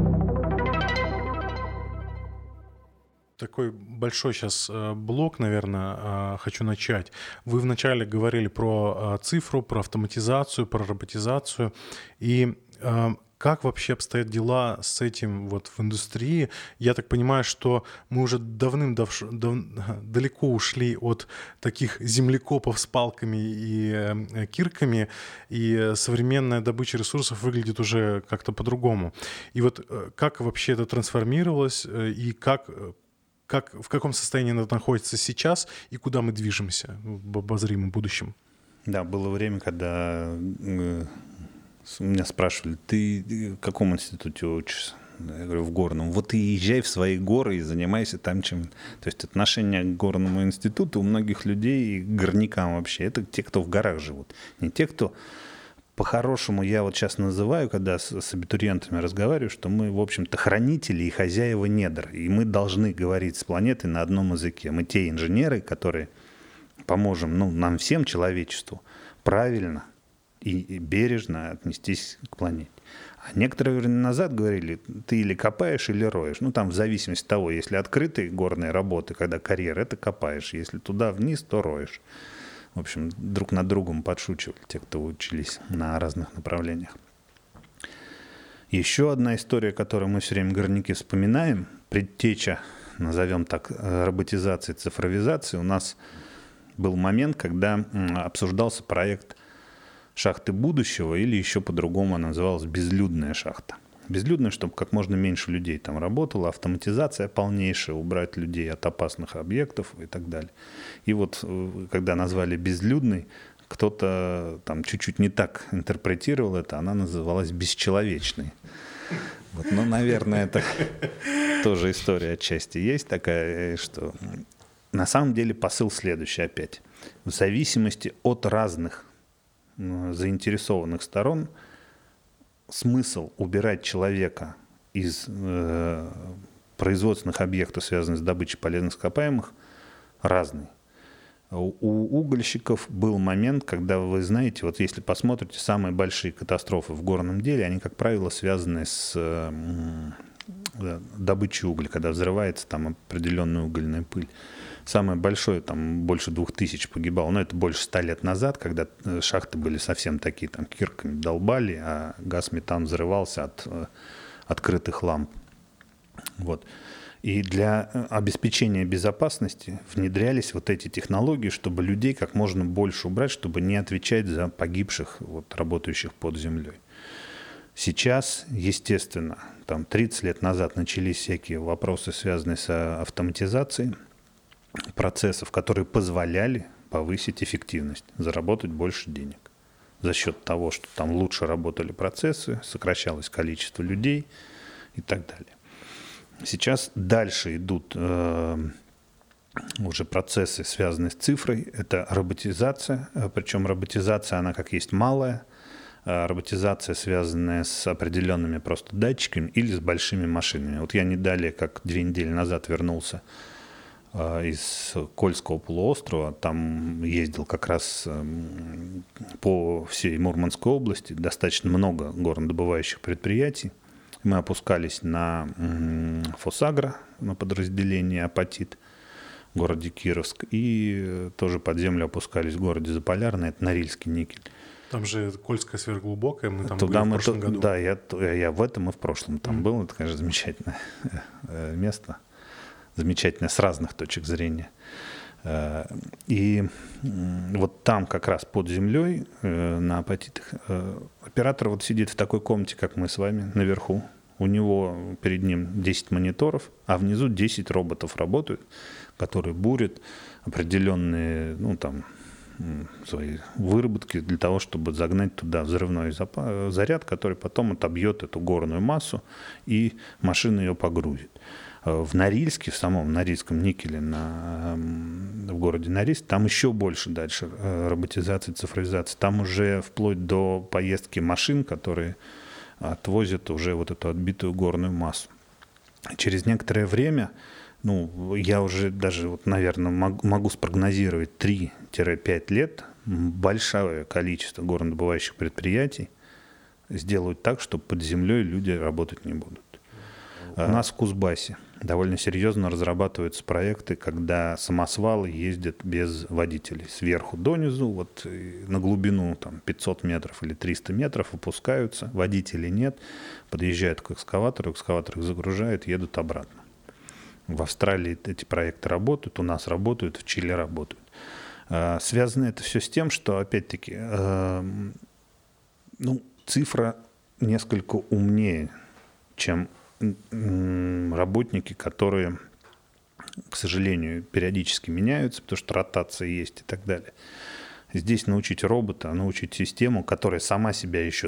Такой большой сейчас блок, наверное, хочу начать. Вы вначале говорили про цифру, про автоматизацию, про роботизацию. И как вообще обстоят дела с этим вот в индустрии? Я так понимаю, что мы уже далеко ушли от таких землекопов с палками и кирками, и современная добыча ресурсов выглядит уже как-то по-другому. И вот как вообще это трансформировалось, и в каком состоянии она находится сейчас и куда мы движемся в обозримом будущем? Да, было время, когда меня спрашивали: ты в каком институте учишься? Я говорю: в горном. Вот и езжай в свои горы и занимайся там чем. То есть отношение к горному институту у многих людей и к горнякам вообще — это те, кто в горах живут. Не те, кто... По-хорошему, я вот сейчас называю, когда с абитуриентами разговариваю, что мы, в общем-то, хранители и хозяева недр. И мы должны говорить с планетой на одном языке. Мы те инженеры, которые поможем, ну, нам всем, человечеству, правильно и бережно отнестись к планете. А некоторое время назад говорили: ты или копаешь, или роешь. Ну, там в зависимости от того, если открытые горные работы, когда карьер, это копаешь. Если туда вниз, то роешь. В общем, друг над другом подшучивали те, кто учились на разных направлениях. Еще одна история, которую мы все время горняки вспоминаем, предтеча, назовем так, роботизации, цифровизации. У нас был момент, когда обсуждался проект шахты будущего, или еще по-другому она называлась безлюдная шахта. Безлюдно, чтобы как можно меньше людей там работало, автоматизация полнейшая, убрать людей от опасных объектов и так далее. И вот когда назвали безлюдной, кто-то там чуть-чуть не так интерпретировал это, она называлась бесчеловечной. Вот, ну, наверное, это тоже история отчасти есть такая, что на самом деле посыл следующий опять. В зависимости от разных заинтересованных сторон смысл убирать человека из производственных объектов, связанных с добычей полезных ископаемых, разный. У угольщиков был момент, когда, вы знаете, вот если посмотрите, самые большие катастрофы в горном деле, они, как правило, связаны с добычей угля, когда взрывается там определенная угольная пыль. Самое большое, там больше 2000 погибало, но это больше 100 лет назад, когда шахты были совсем такие, там кирками долбали, а газ метан взрывался от открытых ламп. Вот. И для обеспечения безопасности внедрялись вот эти технологии, чтобы людей как можно больше убрать, чтобы не отвечать за погибших, вот, работающих под землей. Сейчас, естественно, там 30 лет назад начались всякие вопросы, связанные с автоматизацией процессов, которые позволяли повысить эффективность, заработать больше денег. За счет того, что там лучше работали процессы, сокращалось количество людей и так далее. Сейчас дальше идут уже процессы, связанные с цифрой. Это роботизация, причем роботизация, она как есть малая, роботизация, связанная с определенными просто датчиками или с большими машинами. Вот я не далее, как 2 недели назад вернулся из Кольского полуострова, там ездил как раз по всей Мурманской области, достаточно много горнодобывающих предприятий. Мы опускались на Фосагро, на подразделение «Апатит» в городе Кировск, и тоже под землю опускались в городе Заполярный, это Норильский никель. Там же Кольская сверхглубокая, мы там были в прошлом году. Да, я в этом и в прошлом там был, это, конечно, замечательное место, замечательное с разных точек зрения. И вот там как раз под землей на апатитах оператор вот сидит в такой комнате, как мы с вами, наверху. У него перед ним 10 мониторов, а внизу 10 роботов работают, которые бурят определенные, ну, там, свои выработки для того, чтобы загнать туда взрывной заряд, который потом отобьет эту горную массу, и машина ее погрузит. В Норильске, в самом Норильском никеле, в городе Норильск, там еще больше дальше роботизации, цифровизации. Там уже вплоть до поездки машин, которые отвозят уже вот эту отбитую горную массу. Через некоторое время, ну, я уже даже, вот, наверное, могу спрогнозировать 3-5 лет, большое количество горнодобывающих предприятий сделают так, что под землей люди работать не будут. У нас в Кузбассе довольно серьезно разрабатываются проекты, когда самосвалы ездят без водителей. Сверху донизу, вот на глубину там, 500 метров или 300 метров опускаются, водителей нет, подъезжают к экскаватору, экскаватор их загружает, едут обратно. В Австралии эти проекты работают, у нас работают, в Чили работают. Связано это все с тем, что, опять-таки, цифра несколько умнее, чем работники, которые, к сожалению, периодически меняются, потому что ротация есть и так далее. Здесь научить робота, научить систему, которая сама себя еще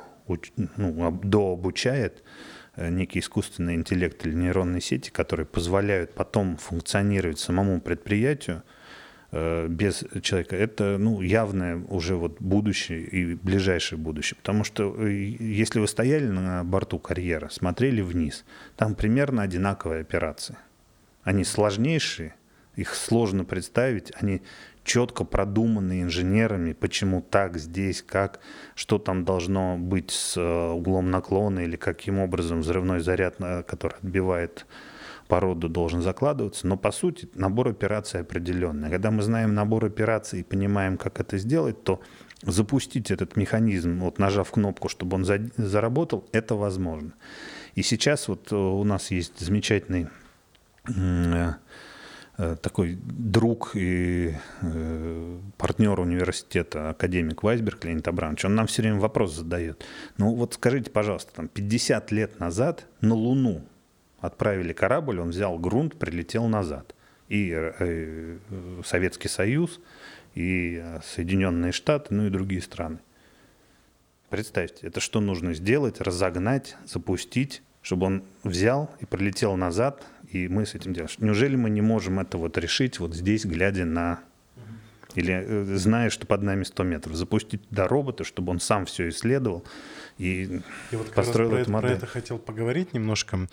дообучает, некий искусственный интеллект или нейронные сети, которые позволяют потом функционировать самому предприятию без человека, это явное уже вот будущее и ближайшее будущее. Потому что если вы стояли на борту карьера, смотрели вниз, там примерно одинаковые операции. Они сложнейшие, их сложно представить, они четко продуманы инженерами, почему так, здесь, как, что там должно быть с углом наклона или каким образом взрывной заряд, который отбивает породу, должен закладываться, но по сути набор операций определенный. Когда мы знаем набор операций и понимаем, как это сделать, то запустить этот механизм, вот нажав кнопку, чтобы он заработал, это возможно. И сейчас вот у нас есть замечательный такой друг и партнер университета, академик Вайсберг Леонид Абрамович, он нам все время вопрос задает. Ну вот скажите, пожалуйста, там 50 лет назад на Луну отправили корабль, он взял грунт, прилетел назад. И Советский Союз, и Соединенные Штаты, ну и другие страны. Представьте, это что нужно сделать? Разогнать, запустить, чтобы он взял и прилетел назад, и мы с этим делаем. Неужели мы не можем это вот решить вот здесь, глядя на... Или зная, что под нами 100 метров, запустить туда робота, чтобы он сам все исследовал и вот построил эту модель. Про это хотел поговорить немножко.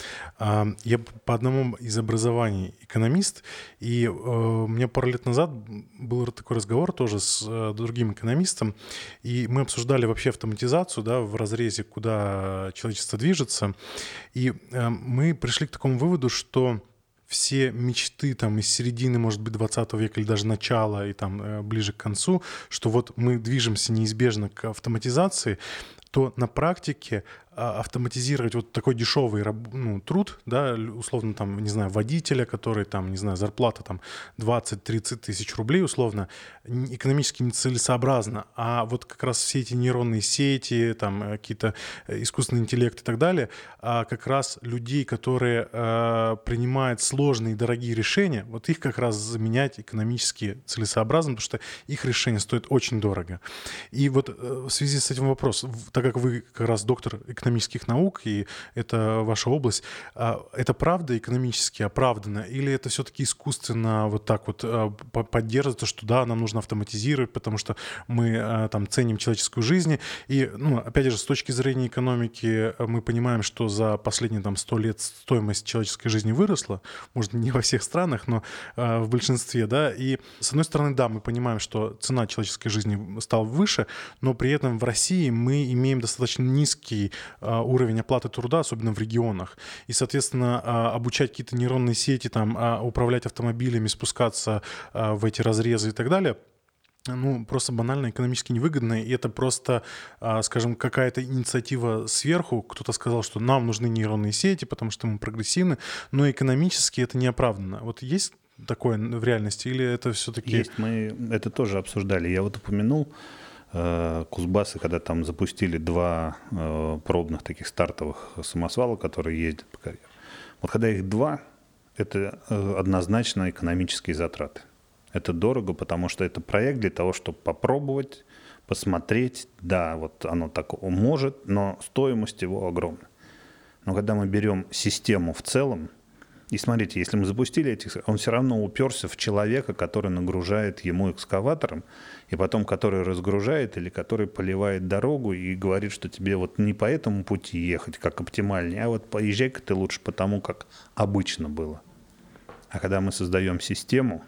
Я по одному из образований экономист, и у меня пару лет назад был такой разговор тоже с другим экономистом, и мы обсуждали вообще автоматизацию, да, в разрезе, куда человечество движется, и мы пришли к такому выводу, что все мечты там из середины, может быть, 20 века или даже начала и там ближе к концу, что вот мы движемся неизбежно к автоматизации, то на практике автоматизировать вот такой дешевый труд, да, условно, там, не знаю, водителя, который, там, не знаю, зарплата там 20-30 тысяч рублей, условно, экономически нецелесообразно. А вот как раз все эти нейронные сети, там, какие-то искусственный интеллект и так далее, как раз людей, которые принимают сложные и дорогие решения, вот их как раз заменять экономически целесообразно, потому что их решение стоит очень дорого. И вот в связи с этим вопрос, так как вы как раз доктор экономических наук, и это ваша область, это правда экономически оправдано, или это все-таки искусственно вот так вот поддерживается, что да, нам нужно автоматизировать, потому что мы там ценим человеческую жизнь, и, ну, опять же, с точки зрения экономики мы понимаем, что за последние там 100 лет стоимость человеческой жизни выросла, может, не во всех странах, но в большинстве, да, и с одной стороны, да, мы понимаем, что цена человеческой жизни стала выше, но при этом в России мы имеем достаточно низкий уровень оплаты труда, особенно в регионах. И, соответственно, обучать какие-то нейронные сети, там, управлять автомобилями, спускаться в эти разрезы и так далее, ну, просто банально экономически невыгодно. И это просто, скажем, какая-то инициатива сверху. Кто-то сказал, что нам нужны нейронные сети, потому что мы прогрессивны, но экономически это не оправдано. Вот есть такое в реальности или это все-таки... Есть, мы это тоже обсуждали. Я вот упомянул Кузбассы, когда там запустили 2 пробных таких стартовых самосвала, которые ездят по карьеру. Вот когда их 2, это однозначно экономические затраты. Это дорого, потому что это проект для того, чтобы попробовать, посмотреть. Да, вот оно так может, но стоимость его огромна. Но когда мы берем систему в целом, и смотрите, если мы запустили этих, он все равно уперся в человека, который нагружает ему экскаватором, и потом который разгружает или который поливает дорогу и говорит, что тебе вот не по этому пути ехать, как оптимальнее, а вот поезжай-ка ты лучше по тому, как обычно было. А когда мы создаем систему,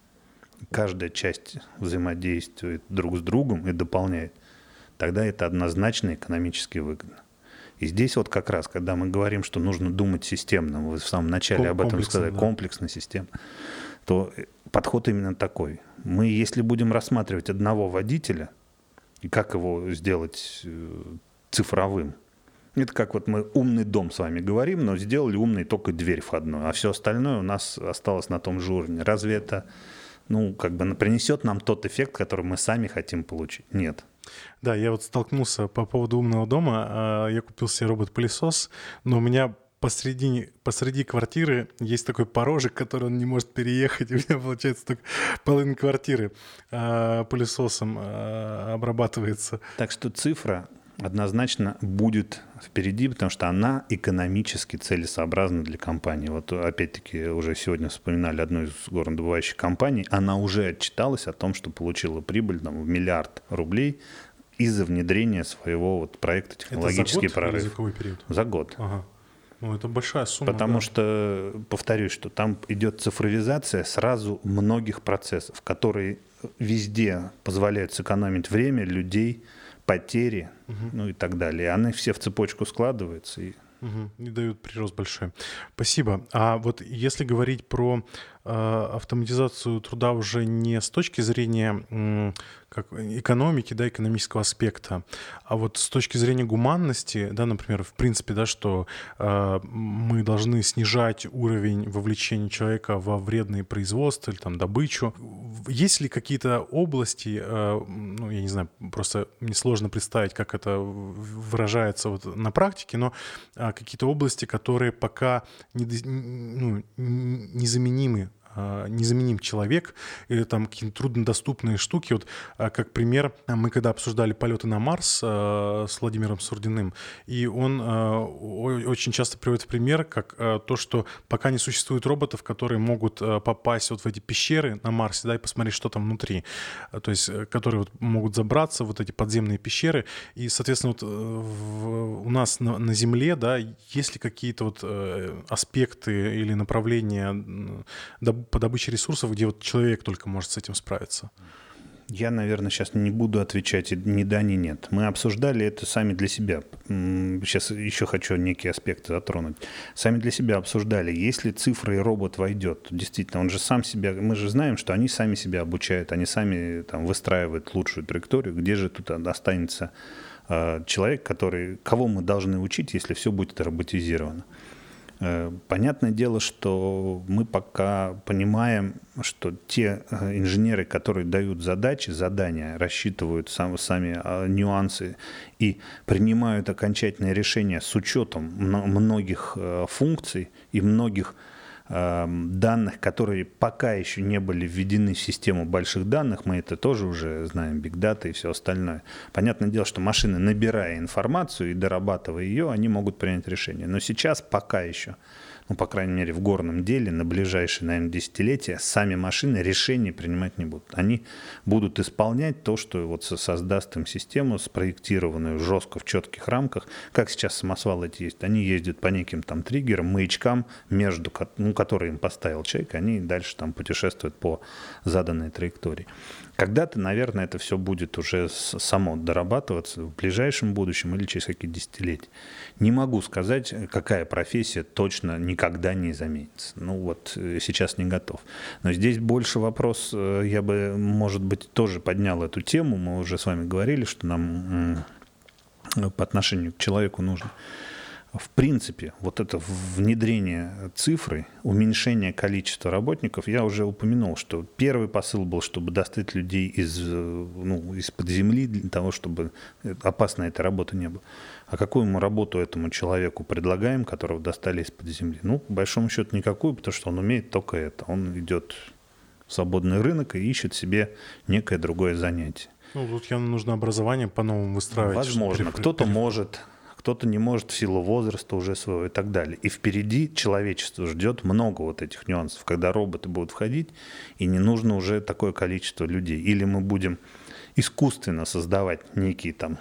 каждая часть взаимодействует друг с другом и дополняет, тогда это однозначно экономически выгодно. И здесь вот как раз, когда мы говорим, что нужно думать системно, вы в самом начале об этом сказали, да. Комплексная система, то подход именно такой. Мы, если будем рассматривать одного водителя, и как его сделать цифровым, это как вот мы умный дом с вами говорим, но сделали умной только дверь входную, а все остальное у нас осталось на том же уровне. Разве это, ну, как бы принесет нам тот эффект, который мы сами хотим получить? Нет. Да, я вот столкнулся по поводу умного дома. Я купил себе робот-пылесос, но у меня посреди квартиры есть такой порожек, который он не может переехать. И у меня, получается, только половина квартиры пылесосом обрабатывается. Так что цифра однозначно будет впереди, потому что она экономически целесообразна для компании. Вот опять-таки уже сегодня вспоминали одну из горнодобывающих компаний. Она уже отчиталась о том, что получила прибыль там, в 1 миллиард рублей из-за внедрения своего вот проекта «Технологический прорыв». Это за год или за какой период? За год. Ага. Ну, это большая сумма. Потому что, повторюсь, что там идет цифровизация сразу многих процессов, которые везде позволяют сэкономить время, людей, потери, ну и так далее. Они все в цепочку складываются. И дают прирост большой. Спасибо. А вот если говорить про автоматизацию труда уже не с точки зрения как экономики, да, экономического аспекта, а вот с точки зрения гуманности, да, например, в принципе, да, что мы должны снижать уровень вовлечения человека во вредные производства или там добычу. Есть ли какие-то области, ну, я не знаю, просто мне сложно представить, как это выражается вот на практике, но какие-то области, которые пока незаменимы, незаменим человек, или там какие-то труднодоступные штуки. Вот как пример, мы когда обсуждали полеты на Марс с Владимиром Сурдиным, и он очень часто приводит в пример, как то, что пока не существует роботов, которые могут попасть вот в эти пещеры на Марсе, да, и посмотреть, что там внутри, то есть которые вот могут забраться в вот эти подземные пещеры, и, соответственно, вот у нас на Земле, да, есть ли какие-то вот аспекты или направления по добыче ресурсов, где вот человек только может с этим справиться? Я, наверное, сейчас не буду отвечать ни да, ни нет. Мы обсуждали это сами для себя. Сейчас еще хочу некие аспекты затронуть. Сами для себя обсуждали, если цифра и робот войдет, действительно, он же сам себя, мы же знаем, что они сами себя обучают, они сами там выстраивают лучшую траекторию, где же тут останется человек, кого мы должны учить, если все будет роботизировано. Понятное дело, что мы пока понимаем, что те инженеры, которые дают задания, рассчитывают сами нюансы и принимают окончательное решение с учетом многих функций и многих данных, которые пока еще не были введены в систему больших данных, мы это тоже уже знаем, Big Data и все остальное. Понятное дело, что машины, набирая информацию и дорабатывая ее, они могут принять решение. Но сейчас пока еще, ну, по крайней мере, в горном деле, на ближайшие, наверное, десятилетия, сами машины решения принимать не будут. Они будут исполнять то, что вот создаст им систему, спроектированную жестко в четких рамках, как сейчас самосвалы эти есть. Они ездят по неким там триггерам, маячкам, которые им поставил человек, они дальше там путешествуют по заданной траектории. Когда-то, наверное, это все будет уже само дорабатываться в ближайшем будущем или через какие-то десятилетия. Не могу сказать, какая профессия точно никогда не заменится. Ну вот сейчас не готов. Но здесь больше вопрос, я бы, может быть, тоже поднял эту тему. Мы уже с вами говорили, что нам по отношению к человеку нужно. В принципе, вот это внедрение цифры, уменьшение количества работников, я уже упомянул, что первый посыл был, чтобы достать людей из-под земли, для того, чтобы опасной этой работы не было. А какую мы работу этому человеку предлагаем, которого достали из-под земли? Ну, по большому счету, никакую, потому что он умеет только это. Он идет в свободный рынок и ищет себе некое другое занятие. Ну, тут явно нужно образование по-новому выстраивать. Возможно, кто-то может... Кто-то не может в силу возраста уже своего и так далее. И впереди человечество ждет много вот этих нюансов, когда роботы будут входить, и не нужно уже такое количество людей. Или мы будем искусственно создавать некие там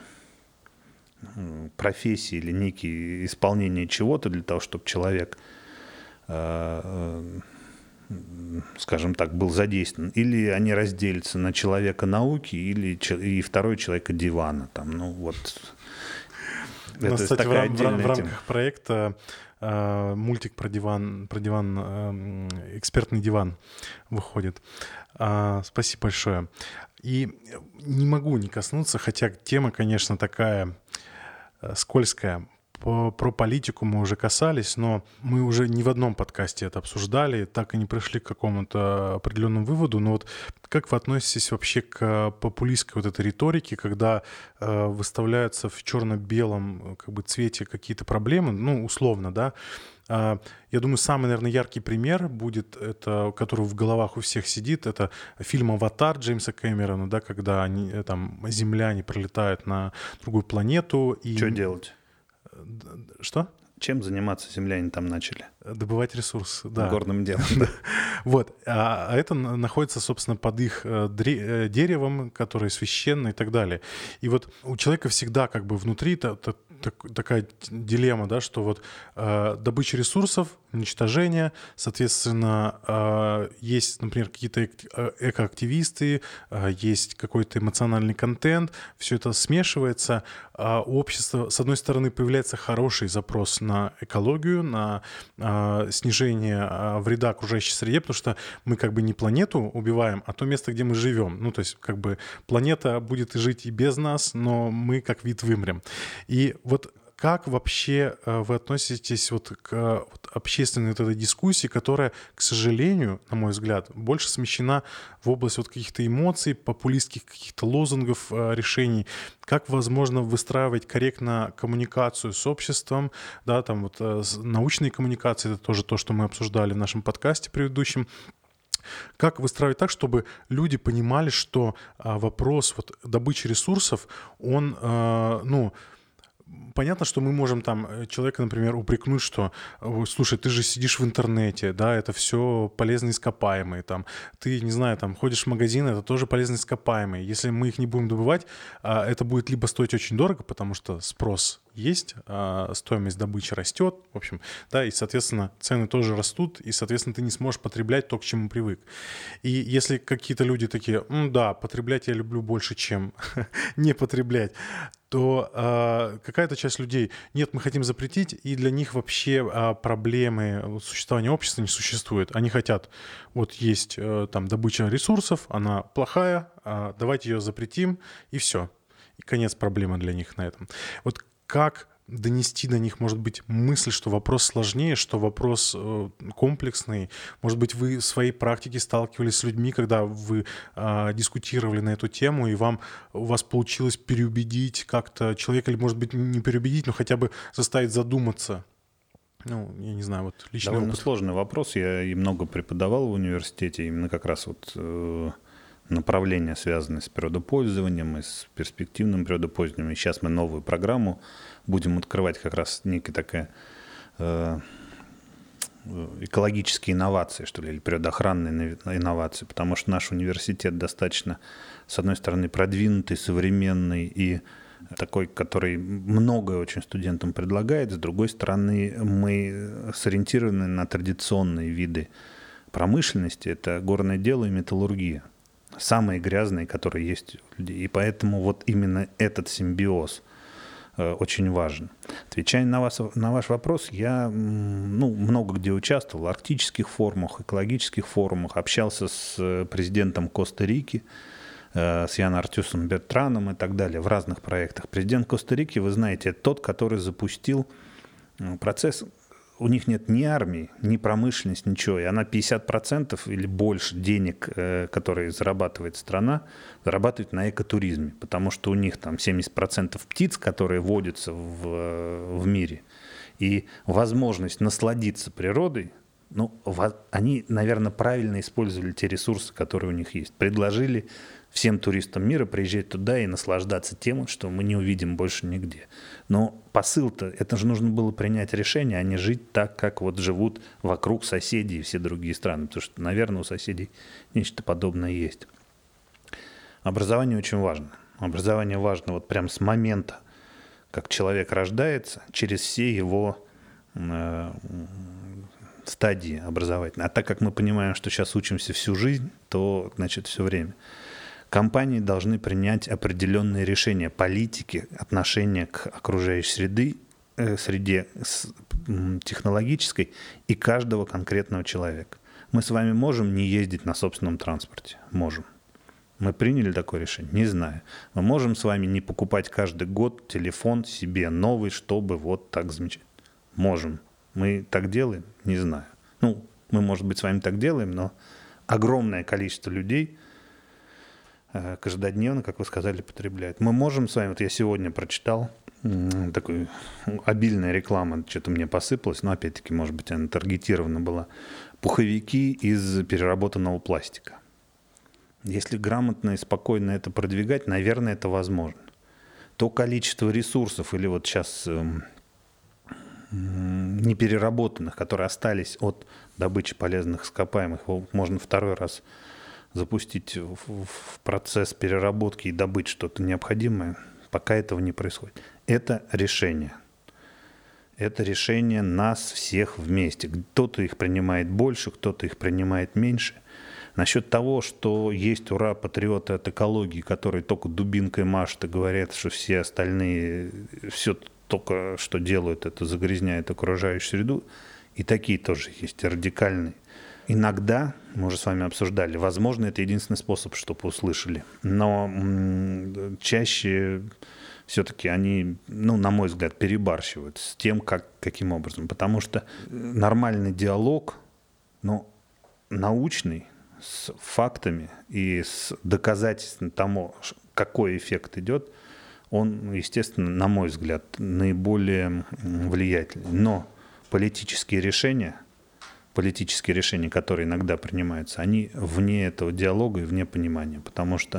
профессии или некие исполнения чего-то для того, чтобы человек, скажем так, был задействован. Или они разделятся на человека науки и второй человека дивана. Там, ну вот... У нас, кстати, в рамках проекта мультик про диван, экспертный диван выходит. Спасибо большое. И не могу не коснуться, хотя тема, конечно, такая скользкая. Про политику мы уже касались, но мы уже не в одном подкасте это обсуждали, так и не пришли к какому-то определенному выводу. Но вот как вы относитесь вообще к популистской вот этой риторике, когда выставляются в черно-белом как бы цвете какие-то проблемы, ну, условно, да? Я думаю, самый, наверное, яркий пример будет, это, который в головах у всех сидит, это фильм «Аватар» Джеймса Кэмерона, да, когда земляне прилетают на другую планету. И... Что делать? Что? Чем заниматься земляне там начали? Добывать ресурсы, да. Горным делом. Вот. А это находится, собственно, под их деревом, которое священно и так далее. И вот у человека всегда как бы внутри такая дилемма, да, что вот добыча ресурсов уничтожения. Соответственно, есть, например, какие-то экоактивисты, есть какой-то эмоциональный контент. Все это смешивается. У общества, с одной стороны, появляется хороший запрос на экологию, на снижение вреда окружающей среде, потому что мы как бы не планету убиваем, а то место, где мы живем. Ну, то есть как бы планета будет жить и без нас, но мы как вид вымрем. И вот как вообще вы относитесь вот к общественной вот этой дискуссии, которая, к сожалению, на мой взгляд, больше смещена в область вот каких-то эмоций, популистских каких-то лозунгов, решений? Как возможно выстраивать корректно коммуникацию с обществом, да, там вот научные коммуникации, это тоже то, что мы обсуждали в нашем подкасте предыдущем. Как выстраивать так, чтобы люди понимали, что вопрос вот добычи ресурсов, он, понятно, что мы можем там человека, например, упрекнуть, что, слушай, ты же сидишь в интернете, да, это все полезные ископаемые, там, ты, не знаю, там, ходишь в магазин, это тоже полезные ископаемые. Если мы их не будем добывать, это будет либо стоить очень дорого, потому что спрос есть, стоимость добычи растет, в общем, да, и, соответственно, цены тоже растут, и, соответственно, ты не сможешь потреблять то, к чему привык. И если какие-то люди такие, да, потреблять я люблю больше, чем не потреблять, то какая-то часть людей, нет, мы хотим запретить, и для них вообще проблемы существования общества не существует. Они хотят, вот есть там добыча ресурсов, она плохая, давайте ее запретим, и все. И конец проблемы для них на этом. Вот как донести до них, может быть, мысль, что вопрос сложнее, что вопрос комплексный. Может быть, вы в своей практике сталкивались с людьми, когда вы дискутировали на эту тему, и у вас получилось переубедить как-то человека, или, может быть, не переубедить, но хотя бы заставить задуматься. Ну, я не знаю, вот личный Довольно опыт. сложный вопрос. Я и много преподавал в университете, именно как раз вот направления, связанные с природопользованием и с перспективным природопользованием. И сейчас мы новую программу будем открывать, как раз некие такая экологические инновации, что ли, или природоохранные инновации, потому что наш университет достаточно, с одной стороны, продвинутый, современный и такой, который многое очень студентам предлагает, с другой стороны, мы сориентированы на традиционные виды промышленности, это горное дело и металлургия. Самые грязные, которые есть у людей. И поэтому вот именно этот симбиоз очень важен. Отвечая на ваш вопрос, я много где участвовал, в арктических форумах, экологических форумах, общался с президентом Коста-Рики, с Яном Артюсом Бертраном и так далее, в разных проектах. Президент Коста-Рики, вы знаете, это тот, который запустил процесс. У них нет ни армии, ни промышленности, ничего. И она 50% или больше денег, которые зарабатывает страна, зарабатывает на экотуризме. Потому что у них там 70% птиц, которые водятся в мире. И возможность насладиться природой, они, наверное, правильно использовали те ресурсы, которые у них есть. Предложили всем туристам мира приезжать туда и наслаждаться тем, что мы не увидим больше нигде. Но посыл-то, это же нужно было принять решение, а не жить так, как вот живут вокруг соседей и все другие страны. Потому что, наверное, у соседей нечто подобное есть. Образование очень важно. Образование важно вот прям с момента, как человек рождается, через все его стадии образовательные. А так как мы понимаем, что сейчас учимся всю жизнь, то, значит, все время. Компании должны принять определенные решения политики, отношения к окружающей среде технологической и каждого конкретного человека. Мы с вами можем не ездить на собственном транспорте? Можем. Мы приняли такое решение? Не знаю. Мы можем с вами не покупать каждый год телефон себе новый, чтобы вот так замечательно? Можем. Мы так делаем? Не знаю. Мы, может быть, с вами так делаем, но огромное количество людей каждодневно, как вы сказали, потребляют. Мы можем с вами, вот я сегодня прочитал, такой обильная реклама, что-то мне посыпалось, но опять-таки, может быть, она таргетирована была. Пуховики из переработанного пластика. Если грамотно и спокойно это продвигать, наверное, это возможно. То количество ресурсов, или вот сейчас непереработанных, которые остались от добычи полезных ископаемых, можно второй раз запустить в процесс переработки и добыть что-то необходимое, пока этого не происходит. Это решение. это решение нас всех вместе. Кто-то их принимает больше, кто-то их принимает меньше. Насчет того, что есть ура, патриоты от экологии, которые только дубинкой машут и говорят, что все остальные все только что делают, это загрязняет окружающую среду, и такие тоже есть, радикальные. Иногда, мы уже с вами обсуждали, возможно, это единственный способ, чтобы услышали, но чаще все-таки они, на мой взгляд, перебарщивают с тем, каким образом. Потому что нормальный диалог, научный, с фактами и с доказательством тому, какой эффект идет, он, естественно, на мой взгляд, наиболее влиятельный. Но политические решения, которые иногда принимаются, они вне этого диалога и вне понимания. Потому что,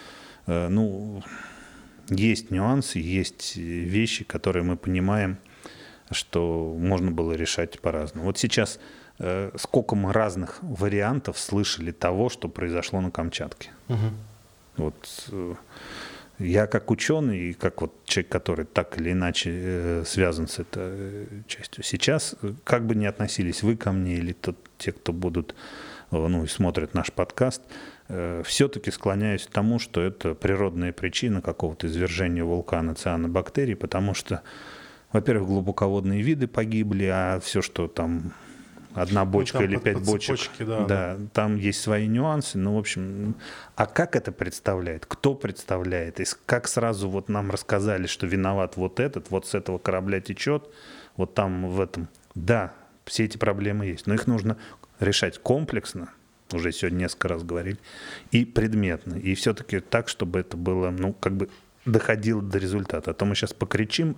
есть нюансы, есть вещи, которые мы понимаем, что можно было решать по-разному. Вот сейчас сколько мы разных вариантов слышали того, что произошло на Камчатке. Вот я как ученый и как вот человек, который так или иначе связан с этой частью, сейчас, как бы ни относились вы ко мне или те, кто будут, и смотрят наш подкаст, все-таки склоняюсь к тому, что это природная причина какого-то извержения вулкана цианобактерий, потому что, во-первых, глубоководные виды погибли, а все, что там одна бочка или 5 бочек, да, там есть свои нюансы. В общем, а как это представляет? Кто представляет? И как сразу вот нам рассказали, что виноват вот этот, вот с этого корабля течет, вот там в этом. Да, все эти проблемы есть, но их нужно решать комплексно, уже сегодня несколько раз говорили, и предметно. И все-таки так, чтобы это было, доходило до результата. А то мы сейчас покричим,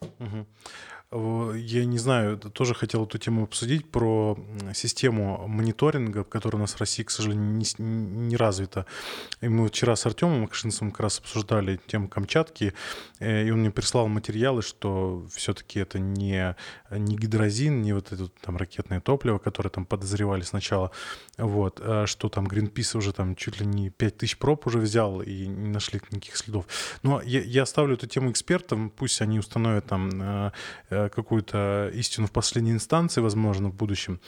Я не знаю, тоже хотел эту тему обсудить, про систему мониторинга, которая у нас в России, к сожалению, не развита. И мы вчера с Артемом Акшинцевым как раз обсуждали тему Камчатки, и он мне прислал материалы, что все-таки это не гидрозин, не вот это там ракетное топливо, которое там подозревали сначала, что там Greenpeace уже там чуть ли не 5000 проб уже взял и не нашли никаких следов. Но я оставлю эту тему экспертам, пусть они установят там какую-то истину в последней инстанции, возможно, в будущем.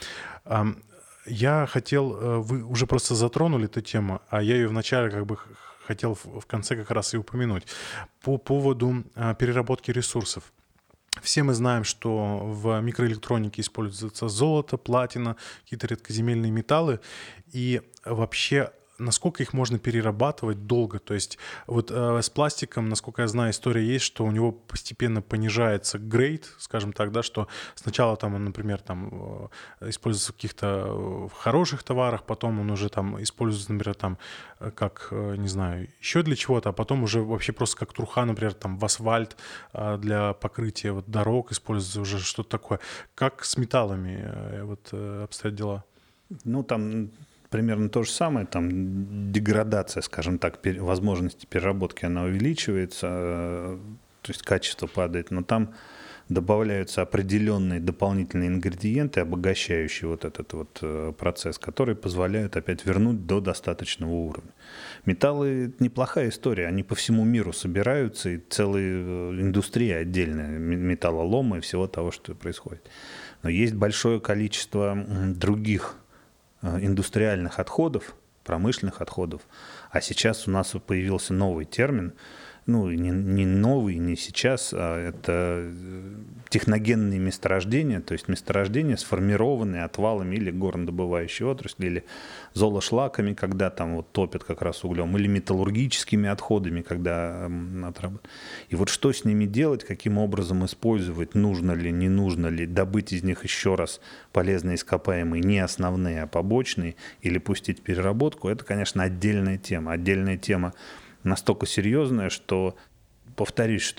Я хотел, вы уже просто затронули эту тему, а я ее вначале хотел в конце как раз и упомянуть. По поводу переработки ресурсов. Все мы знаем, что в микроэлектронике используется золото, платина, какие-то редкоземельные металлы, и вообще насколько их можно перерабатывать долго. То есть вот с пластиком, насколько я знаю, история есть, что у него постепенно понижается грейд, скажем так, да, что сначала там он, например, там используется в каких-то хороших товарах, потом он уже там используется, например, там как, не знаю, еще для чего-то, а потом уже вообще просто как труха, например, там в асфальт для покрытия дорог используется уже что-то такое. Как с металлами обстоят дела? Там примерно то же самое, там деградация, скажем так, возможности переработки, она увеличивается, то есть качество падает, но там добавляются определенные дополнительные ингредиенты, обогащающие вот этот процесс, которые позволяют опять вернуть до достаточного уровня. Металлы – неплохая история, они по всему миру собираются, и целая индустрия отдельная, металлолома и всего того, что происходит. Но есть большое количество других индустриальных отходов, промышленных отходов. А сейчас у нас появился новый термин, не новый, не сейчас, а это техногенные месторождения, то есть месторождения, сформированные отвалами или горнодобывающей отрасли, или золошлаками, когда там топят как раз углем, или металлургическими отходами, когда отрабатывают. И что с ними делать, каким образом использовать, нужно ли, не нужно ли, добыть из них еще раз полезные ископаемые, не основные, а побочные, или пустить в переработку, это, конечно, отдельная тема. Отдельная тема настолько серьезная, что повторюсь,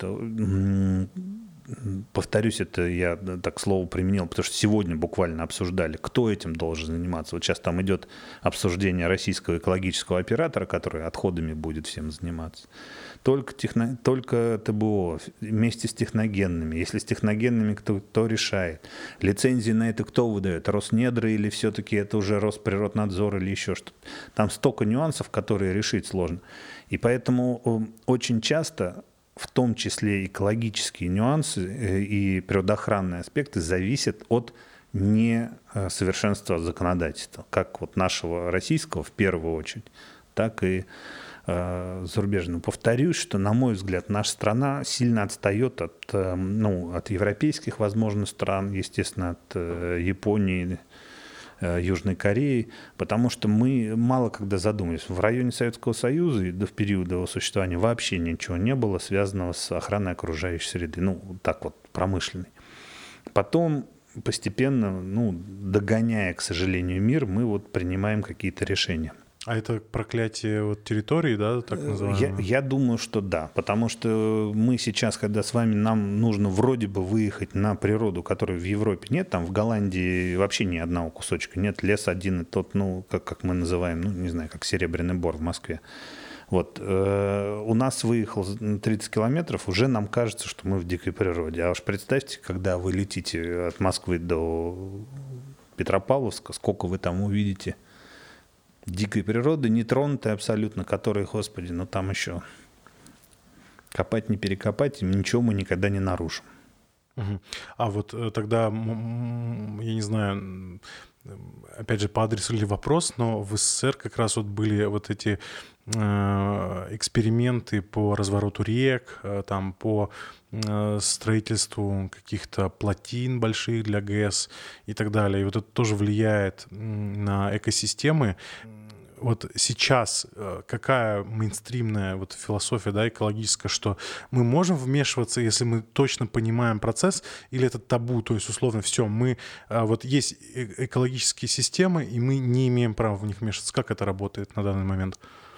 это я так слово применил, потому что сегодня буквально обсуждали, кто этим должен заниматься. Вот сейчас там идет обсуждение российского экологического оператора, который отходами будет всем заниматься. Только ТБО вместе с техногенными. Если с техногенными, кто решает? Лицензии на это кто выдает? Роснедра или все-таки это уже Росприроднадзор или еще что-то? Там столько нюансов, которые решить сложно. И поэтому очень часто в том числе экологические нюансы и природоохранные аспекты зависят от несовершенства законодательства, как вот нашего российского в первую очередь, так и зарубежного. Повторюсь, что, на мой взгляд, наша страна сильно отстает от европейских, возможно, стран, естественно, от Японии, Южной Кореи, потому что мы мало когда задумывались. В районе Советского Союза и в период его существования вообще ничего не было, связанного с охраной окружающей среды, так вот, промышленной. Потом постепенно, догоняя, к сожалению, мир, мы вот принимаем какие-то решения. А это проклятие территории, да, так называемое? Я думаю, что да, потому что мы сейчас, когда с вами, нам нужно вроде бы выехать на природу, которой в Европе нет, там в Голландии вообще ни одного кусочка нет, лес один и тот, как мы называем, не знаю, как Серебряный Бор в Москве. Вот, у нас выехал на 30 километров, уже нам кажется, что мы в дикой природе. А уж представьте, когда вы летите от Москвы до Петропавловска, сколько вы там увидите дикой природы, нетронутой абсолютно, которой, господи, там еще копать не перекопать, ничего мы никогда не нарушим. А вот тогда, я не знаю, опять же, по адресу ли вопрос, но в СССР как раз вот были вот эти эксперименты по развороту рек, там, по строительству каких-то плотин больших для ГЭС и так далее. И вот это тоже влияет на экосистемы. Вот сейчас какая мейнстримная философия, да, экологическая, что мы можем вмешиваться, если мы точно понимаем процесс, или это табу, то есть условно все, мы вот есть экологические системы, и мы не имеем права в них вмешиваться. Как это работает на данный момент?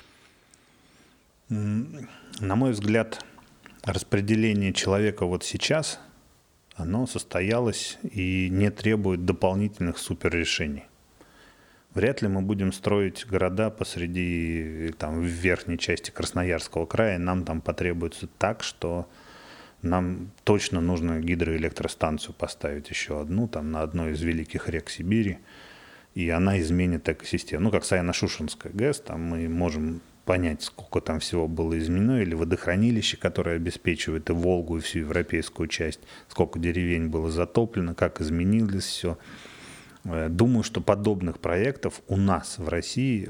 На мой взгляд, распределение человека вот сейчас, оно состоялось и не требует дополнительных суперрешений. Вряд ли мы будем строить города посреди, в верхней части Красноярского края. Нам там потребуется так, что нам точно нужно гидроэлектростанцию поставить еще одну, на одной из великих рек Сибири. И она изменит экосистему. Как Саяно-Шушенская ГЭС, там мы можем понять, сколько там всего было изменено, или водохранилище, которое обеспечивает и Волгу, и всю европейскую часть, сколько деревень было затоплено, как изменилось все. Думаю, что подобных проектов у нас в России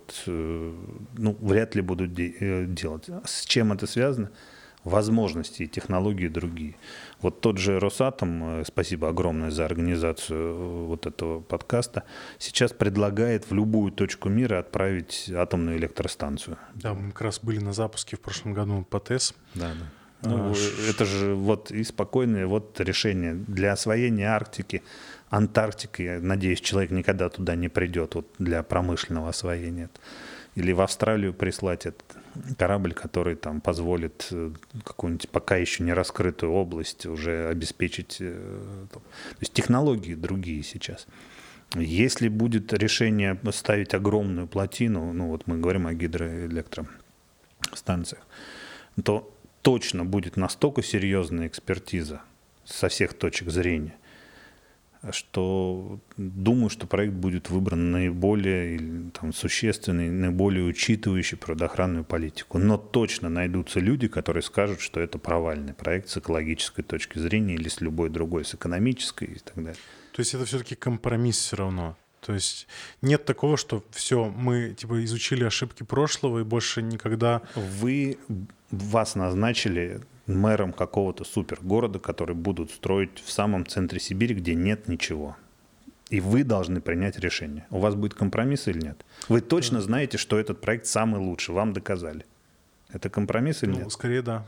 вряд ли будут делать. С чем это связано? Возможности и технологии другие. Вот тот же Росатом, спасибо огромное за организацию вот этого подкаста, сейчас предлагает в любую точку мира отправить атомную электростанцию. Да, мы как раз были на запуске в прошлом году по ТЭС. Да. Это же и спокойное решение для освоения Арктики, Антарктики. Я надеюсь, человек никогда туда не придет для промышленного освоения. Или в Австралию прислать этот корабль, который там позволит какую-нибудь пока еще не раскрытую область уже обеспечить. То есть технологии другие сейчас. Если будет решение ставить огромную плотину, мы говорим о гидроэлектростанциях, то точно будет настолько серьезная экспертиза со всех точек зрения, что думаю, что проект будет выбран наиболее существенный, наиболее учитывающий природоохранную политику. Но точно найдутся люди, которые скажут, что это провальный проект с экологической точки зрения или с любой другой, с экономической и так далее. То есть это все-таки компромисс все равно? То есть нет такого, что все, мы изучили ошибки прошлого и больше никогда... Вас назначили мэром какого-то супергорода, который будут строить в самом центре Сибири, где нет ничего. И вы должны принять решение. У вас будет компромисс или нет? Вы точно знаете, что этот проект самый лучший, вам доказали. Это компромисс или нет? Скорее да.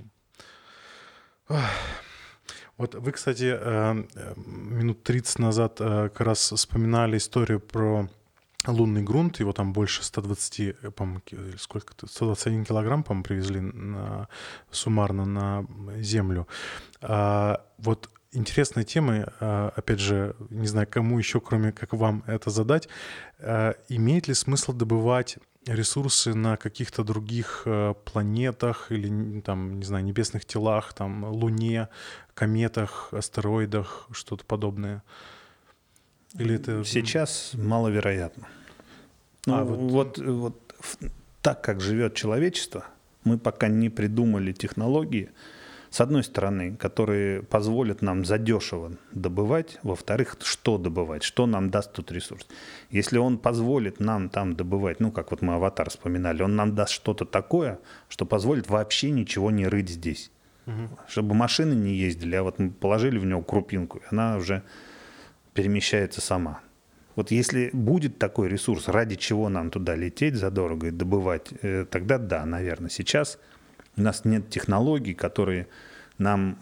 Вот вы, кстати, минут 30 назад как раз вспоминали историю про лунный грунт, его там больше 120, по-моему, 121 килограмм, по-моему, привезли суммарно на Землю. Вот интересная тема, опять же, не знаю, кому еще, кроме как вам это задать, имеет ли смысл добывать ресурсы на каких-то других планетах или, не знаю, небесных телах, Луне, кометах, астероидах, что-то подобное? Или это... Сейчас маловероятно. Так как живет человечество, Мы пока не придумали технологии, с одной стороны, которые позволят нам задешево добывать, во-вторых, что добывать, что нам даст тут ресурс. Если он позволит нам там добывать, ну, как вот мы «Аватар» вспоминали, он нам даст что-то такое, что позволит вообще ничего не рыть здесь. Чтобы машины не ездили, а вот мы положили в него крупинку, и она уже перемещается сама. Вот если будет такой ресурс, ради чего нам туда лететь задорого и добывать, тогда да, наверное. Сейчас у нас нет технологий, которые нам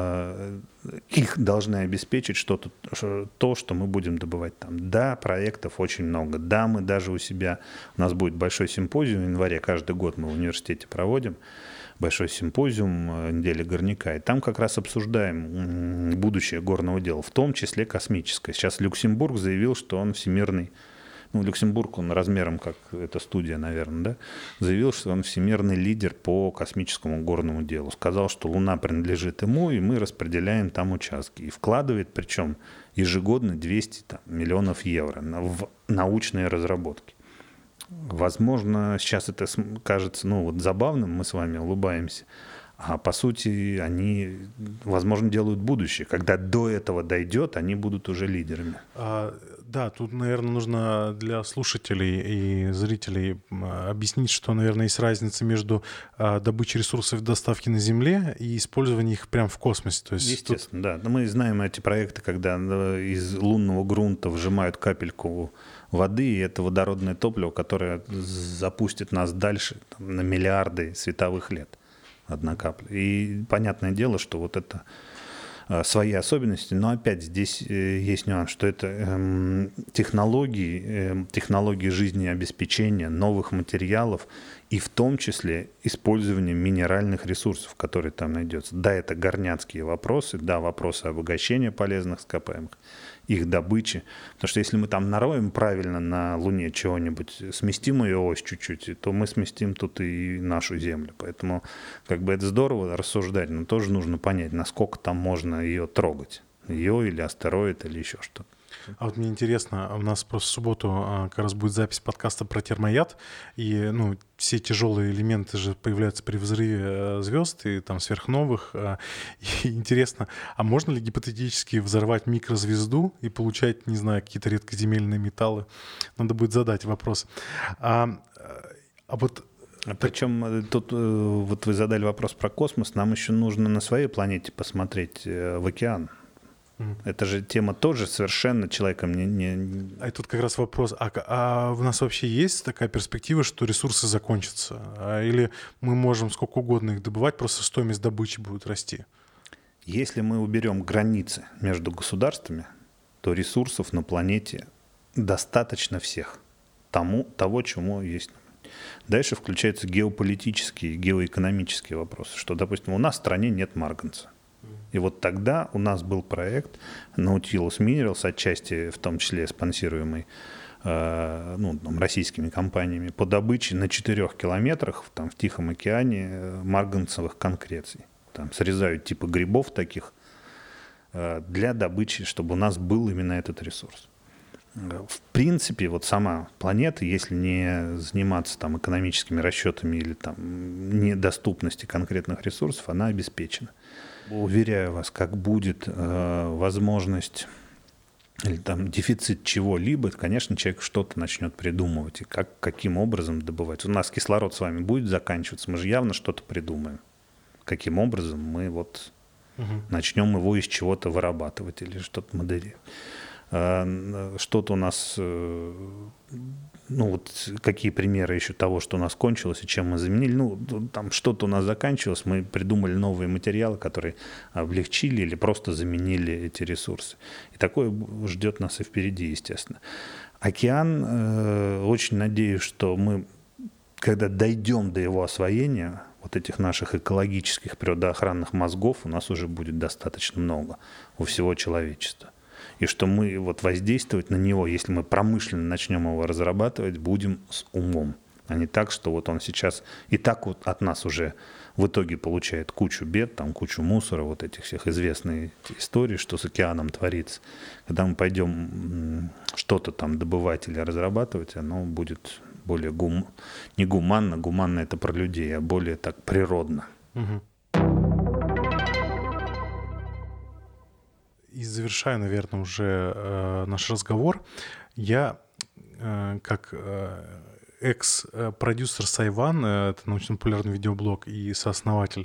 их должны обеспечить то, что мы будем добывать там. Да, проектов очень много. Да, мы даже у себя, у нас будет большой симпозиум в январе, каждый год мы в университете проводим большой симпозиум «Неделя горняка». И там как раз обсуждаем будущее горного дела, в том числе космическое. Сейчас Люксембург заявил, что он всемирный. Ну, Люксембург, он размером, как эта студия, наверное, да, заявил, что он всемирный лидер по космическому горному делу. Сказал, что Луна принадлежит ему, и мы распределяем там участки. И вкладывает, причем ежегодно 200 миллионов евро в научные разработки. Возможно, сейчас это кажется, ну, вот забавным, мы с вами улыбаемся, а по сути они, возможно, делают будущее. Когда до этого дойдет, они будут уже лидерами. Да, тут, наверное, нужно для слушателей и зрителей объяснить, что, наверное, есть разница между добычей ресурсов и доставки на Земле и использованием их прямо в космосе. То есть естественно, да. Мы знаем эти проекты, когда из лунного грунта вжимают капельку воды, и это водородное топливо, которое запустит нас дальше на миллиарды световых лет. Одна капля. И понятное дело, что вот это свои особенности, но опять здесь есть нюанс, что это технологии жизнеобеспечения, новых материалов и в том числе использование минеральных ресурсов, которые там найдется. Да, это горняцкие вопросы, да, вопросы обогащения полезных ископаемых, их добычи. Потому что если мы там нароем правильно на Луне чего-нибудь, сместим ее ось чуть-чуть, то мы сместим тут и нашу Землю. Поэтому как бы это здорово рассуждать, но тоже нужно понять, насколько там можно ее трогать. Ее или астероид, или еще что-то. А вот мне интересно, у нас просто в субботу как раз будет запись подкаста про термояд, и ну, все тяжелые элементы же появляются при взрыве звезд и там сверхновых. И интересно, а можно ли гипотетически взорвать микрозвезду и получать, не знаю, какие-то редкоземельные металлы? Надо будет задать вопрос. Причем тут вот вы задали вопрос про космос, нам еще нужно на своей планете посмотреть в океан. Это же тема тоже совершенно человеком не... А тут как раз вопрос, а у нас вообще есть такая перспектива, что ресурсы закончатся? Или мы можем сколько угодно их добывать, просто стоимость добычи будет расти? Если мы уберем границы между государствами, то ресурсов на планете достаточно всех. Того, чему есть. Дальше включаются геополитические, геоэкономические вопросы, что, допустим, у нас в стране нет марганца. И вот тогда у нас был проект Nautilus Minerals, отчасти в том числе спонсируемый российскими компаниями, по добыче на 4 километрах там, в Тихом океане марганцевых конкреций. Там срезают типа грибов таких для добычи, чтобы у нас был именно этот ресурс. В принципе, вот сама планета, если не заниматься там экономическими расчетами или там недоступности конкретных ресурсов, она обеспечена. Уверяю вас, как будет возможность или там дефицит чего-либо, конечно, человек что-то начнет придумывать и каким образом добывать. У нас кислород с вами будет заканчиваться, мы же явно что-то придумаем. Каким образом мы вот начнем его из чего-то вырабатывать или что-то моделировать. Что-то у нас, какие примеры еще того, что у нас кончилось и чем мы заменили. Там что-то у нас заканчивалось, мы придумали новые материалы, которые облегчили или просто заменили эти ресурсы. И такое ждет нас и впереди, естественно. Океан, очень надеюсь, что мы, когда дойдем до его освоения, вот этих наших экологических природоохранных мозгов у нас уже будет достаточно много у всего человечества. И что мы вот воздействовать на него, если мы промышленно начнем его разрабатывать, будем с умом. А не так, что вот он сейчас и так вот от нас уже в итоге получает кучу бед, там кучу мусора, вот этих всех известных историй, что с океаном творится. Когда мы пойдем что-то там добывать или разрабатывать, оно будет более не гуманно, гуманно это про людей, а более так природно. И завершая, наверное, уже наш разговор, я как экс-продюсер Сайван, это научно-популярный видеоблог и сооснователь,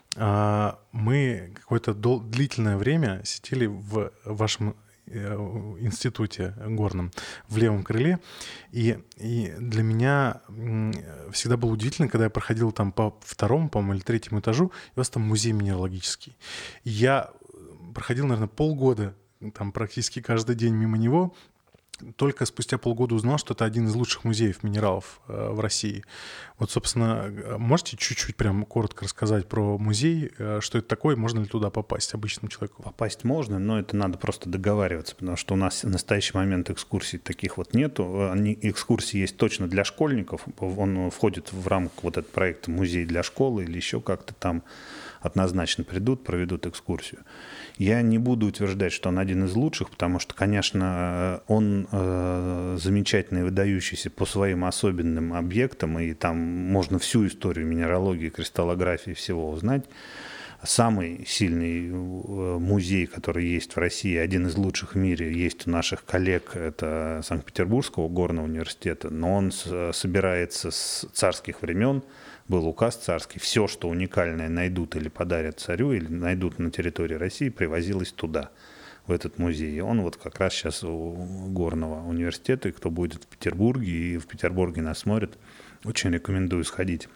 мы какое-то длительное время сидели в вашем институте горном в левом крыле, и для меня всегда было удивительно, когда я проходил там по второму, по-моему, или третьему этажу, и у вас там музей минералогический. И я проходил, наверное, полгода там практически каждый день мимо него. Только спустя полгода узнал, что это один из лучших музеев минералов в России. Вот, собственно, можете чуть-чуть прям коротко рассказать про музей, что это такое, можно ли туда попасть обычному человеку? Попасть можно, но это надо просто договариваться, потому что у нас в настоящий момент экскурсий таких вот нету. Экскурсии есть точно для школьников, он входит в рамку вот этот проект «Музей для школы» или еще как-то там однозначно придут, проведут экскурсию. Я не буду утверждать, что он один из лучших, потому что, конечно, он замечательный, выдающийся по своим особенным объектам, и там можно всю историю минералогии, кристаллографии всего узнать. Самый сильный музей, который есть в России, один из лучших в мире, есть у наших коллег, это Санкт-Петербургского горного университета, но он собирается с царских времен, был указ царский, все, что уникальное найдут или подарят царю, или найдут на территории России, привозилось туда, в этот музей. И он вот как раз сейчас у горного университета, и кто будет в Петербурге, и в Петербурге нас смотрит, очень рекомендую сходить.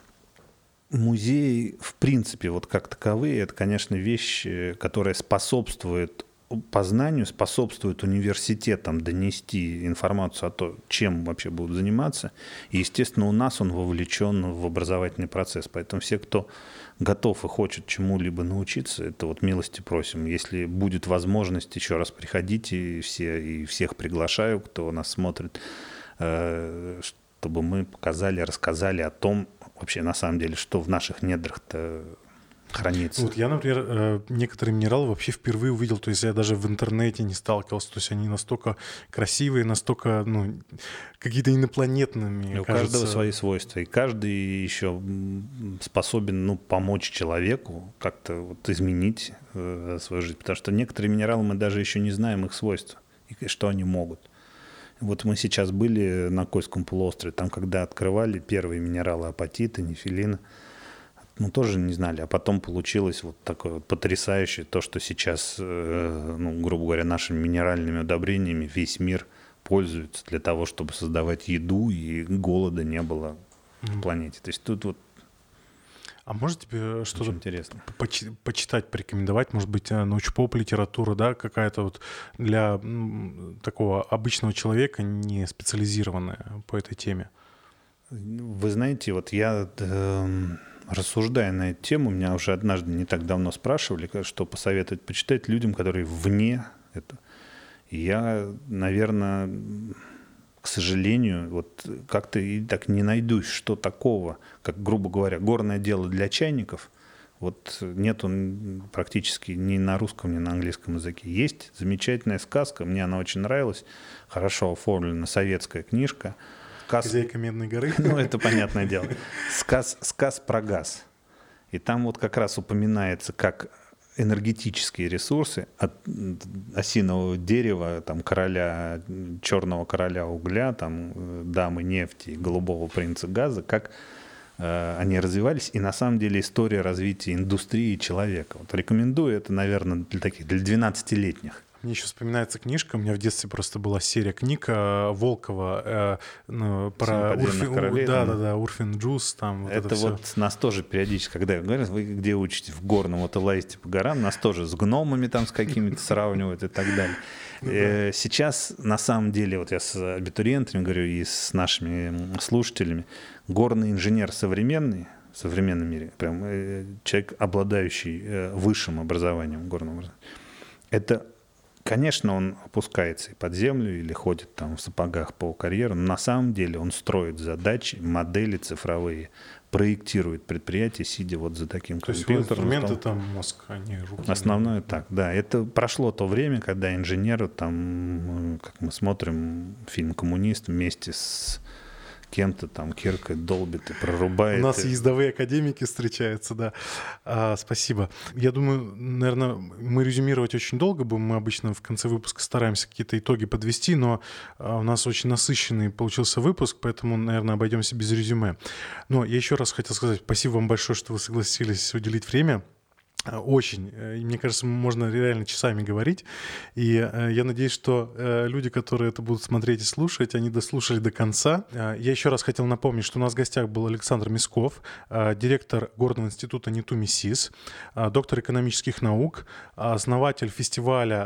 Музеи, в принципе, вот как таковые, это, конечно, вещь, которая способствует познанию, способствует университетам донести информацию о том, чем вообще будут заниматься. И, естественно, у нас он вовлечен в образовательный процесс. Поэтому все, кто готов и хочет чему-либо научиться, это вот милости просим. Если будет возможность, еще раз приходите, и всех приглашаю, кто нас смотрит, чтобы мы показали, рассказали о том, вообще на самом деле, что в наших недрах-то хранится. Вот я, например, некоторые минералы вообще впервые увидел, то есть я даже в интернете не сталкивался, то есть они настолько красивые, настолько, какие-то инопланетные, мне у кажется. Каждого свои свойства, и каждый еще способен, помочь человеку как-то вот изменить свою жизнь, потому что некоторые минералы мы даже еще не знаем их свойства, и что они могут. Вот мы сейчас были на Койском полуострове, там, когда открывали первые минералы апатита, нефелина, тоже не знали, а потом получилось вот такое вот потрясающее, то, что сейчас, грубо говоря, нашими минеральными удобрениями весь мир пользуется для того, чтобы создавать еду, и голода не было в планете. То есть тут вот А может тебе что-то интересно почитать, порекомендовать? Может быть, научпоп литература, да, какая-то вот для такого обычного человека, не специализированная по этой теме? Вы знаете, вот я, рассуждая на эту тему, меня уже однажды не так давно спрашивали, что посоветовать почитать людям, которые вне этого. И я, наверное, к сожалению, вот как-то и так не найдусь, что такого, как, грубо говоря, горное дело для чайников. Вот нет он практически ни на русском, ни на английском языке. Есть замечательная сказка, мне она очень нравилась, хорошо оформлена советская книжка. «Хозяйка Медной горы». Это понятное дело. Сказ про газ. И там вот как раз упоминается, как энергетические ресурсы от осинового дерева, там, черного короля угля, там, дамы нефти, голубого принца газа, как они развивались. И на самом деле история развития индустрии человека. Вот рекомендую это, наверное, для 12-летних. Мне еще вспоминается книжка, у меня в детстве просто была серия книг Волкова про Урфин Джюс. Там, вот это вот все. Нас тоже периодически, когда говорят, вы где учитесь, в горном, вот лазите по горам, нас тоже с гномами там с какими-то сравнивают и так далее. Сейчас, на самом деле, вот я с абитуриентами говорю и с нашими слушателями, горный инженер современный, в современном мире, прям человек, обладающий высшим образованием, горным образованием, это, конечно, он опускается и под землю или ходит там в сапогах по карьеру, но на самом деле он строит задачи, модели цифровые, проектирует предприятие, сидя вот за таким компьютером. То есть инструменты там мозг, а не руки. Основное так, да. Это прошло то время, когда инженеры там, как мы смотрим фильм «Коммунист» вместе с кем-то там киркой долбит и прорубает. У нас ездовые академики встречаются, да. Спасибо. Я думаю, наверное, мы резюмировать очень долго будем. Мы обычно в конце выпуска стараемся какие-то итоги подвести, но у нас очень насыщенный получился выпуск, поэтому, наверное, обойдемся без резюме. Но я еще раз хотел сказать спасибо вам большое, что вы согласились уделить время. Очень. Мне кажется, можно реально часами говорить. И я надеюсь, что люди, которые это будут смотреть и слушать, они дослушали до конца. Я еще раз хотел напомнить, что у нас в гостях был Александр Мясков, директор Горного института НИТУ МИСИС, доктор экономических наук, основатель фестиваля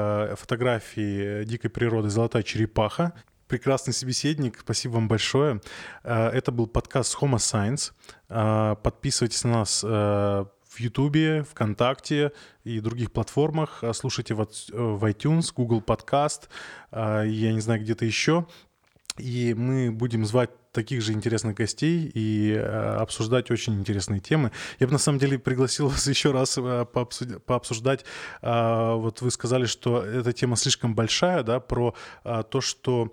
фотографии дикой природы «Золотая черепаха». Прекрасный собеседник, спасибо вам большое. Это был подкаст Homo Science. Подписывайтесь на нас в Ютубе, ВКонтакте и других платформах. Слушайте в iTunes, Google Podcast, я не знаю, где-то еще. И мы будем звать таких же интересных гостей и обсуждать очень интересные темы. Я бы на самом деле пригласил вас еще раз пообсуждать. Вот вы сказали, что эта тема слишком большая, да, про то, что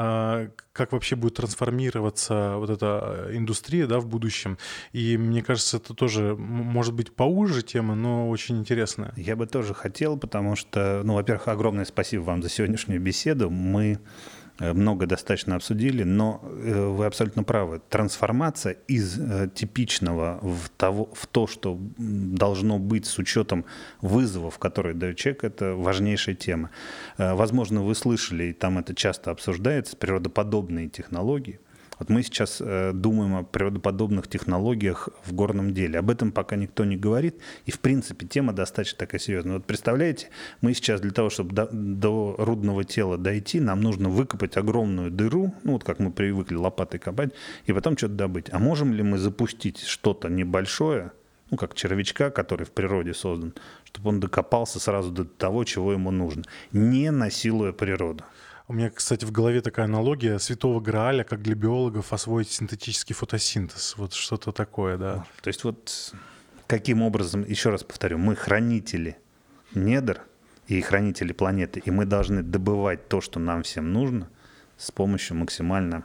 как вообще будет трансформироваться вот эта индустрия, да, в будущем. И мне кажется, это тоже может быть поуже тема, но очень интересная. Я бы тоже хотел, потому что, во-первых, огромное спасибо вам за сегодняшнюю беседу. Мы много достаточно обсудили, но вы абсолютно правы. Трансформация из типичного в то, что должно быть с учетом вызовов, которые дает человек, это важнейшая тема. Возможно, вы слышали, и там это часто обсуждается, природоподобные технологии. Вот мы сейчас думаем о природоподобных технологиях в горном деле. Об этом пока никто не говорит. И, в принципе, тема достаточно такая серьезная. Вот представляете, мы сейчас для того, чтобы до рудного тела дойти, нам нужно выкопать огромную дыру, вот как мы привыкли лопатой копать, и потом что-то добыть. А можем ли мы запустить что-то небольшое, как червячка, который в природе создан, чтобы он докопался сразу до того, чего ему нужно, не насилуя природу? У меня, кстати, в голове такая аналогия святого Грааля, как для биологов освоить синтетический фотосинтез. Вот что-то такое, да. То есть вот каким образом, еще раз повторю, мы хранители недр и хранители планеты, и мы должны добывать то, что нам всем нужно, с помощью максимально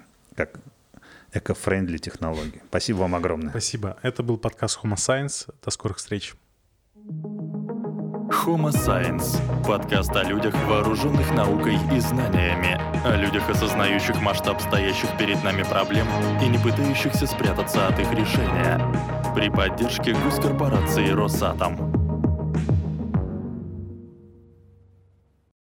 эко-френдли технологий. Спасибо вам огромное. Спасибо. Это был подкаст Homo Science. До скорых встреч. Homo Science – подкаст о людях, вооруженных наукой и знаниями, о людях, осознающих масштаб стоящих перед нами проблем и не пытающихся спрятаться от их решения. При поддержке госкорпорации «Росатом».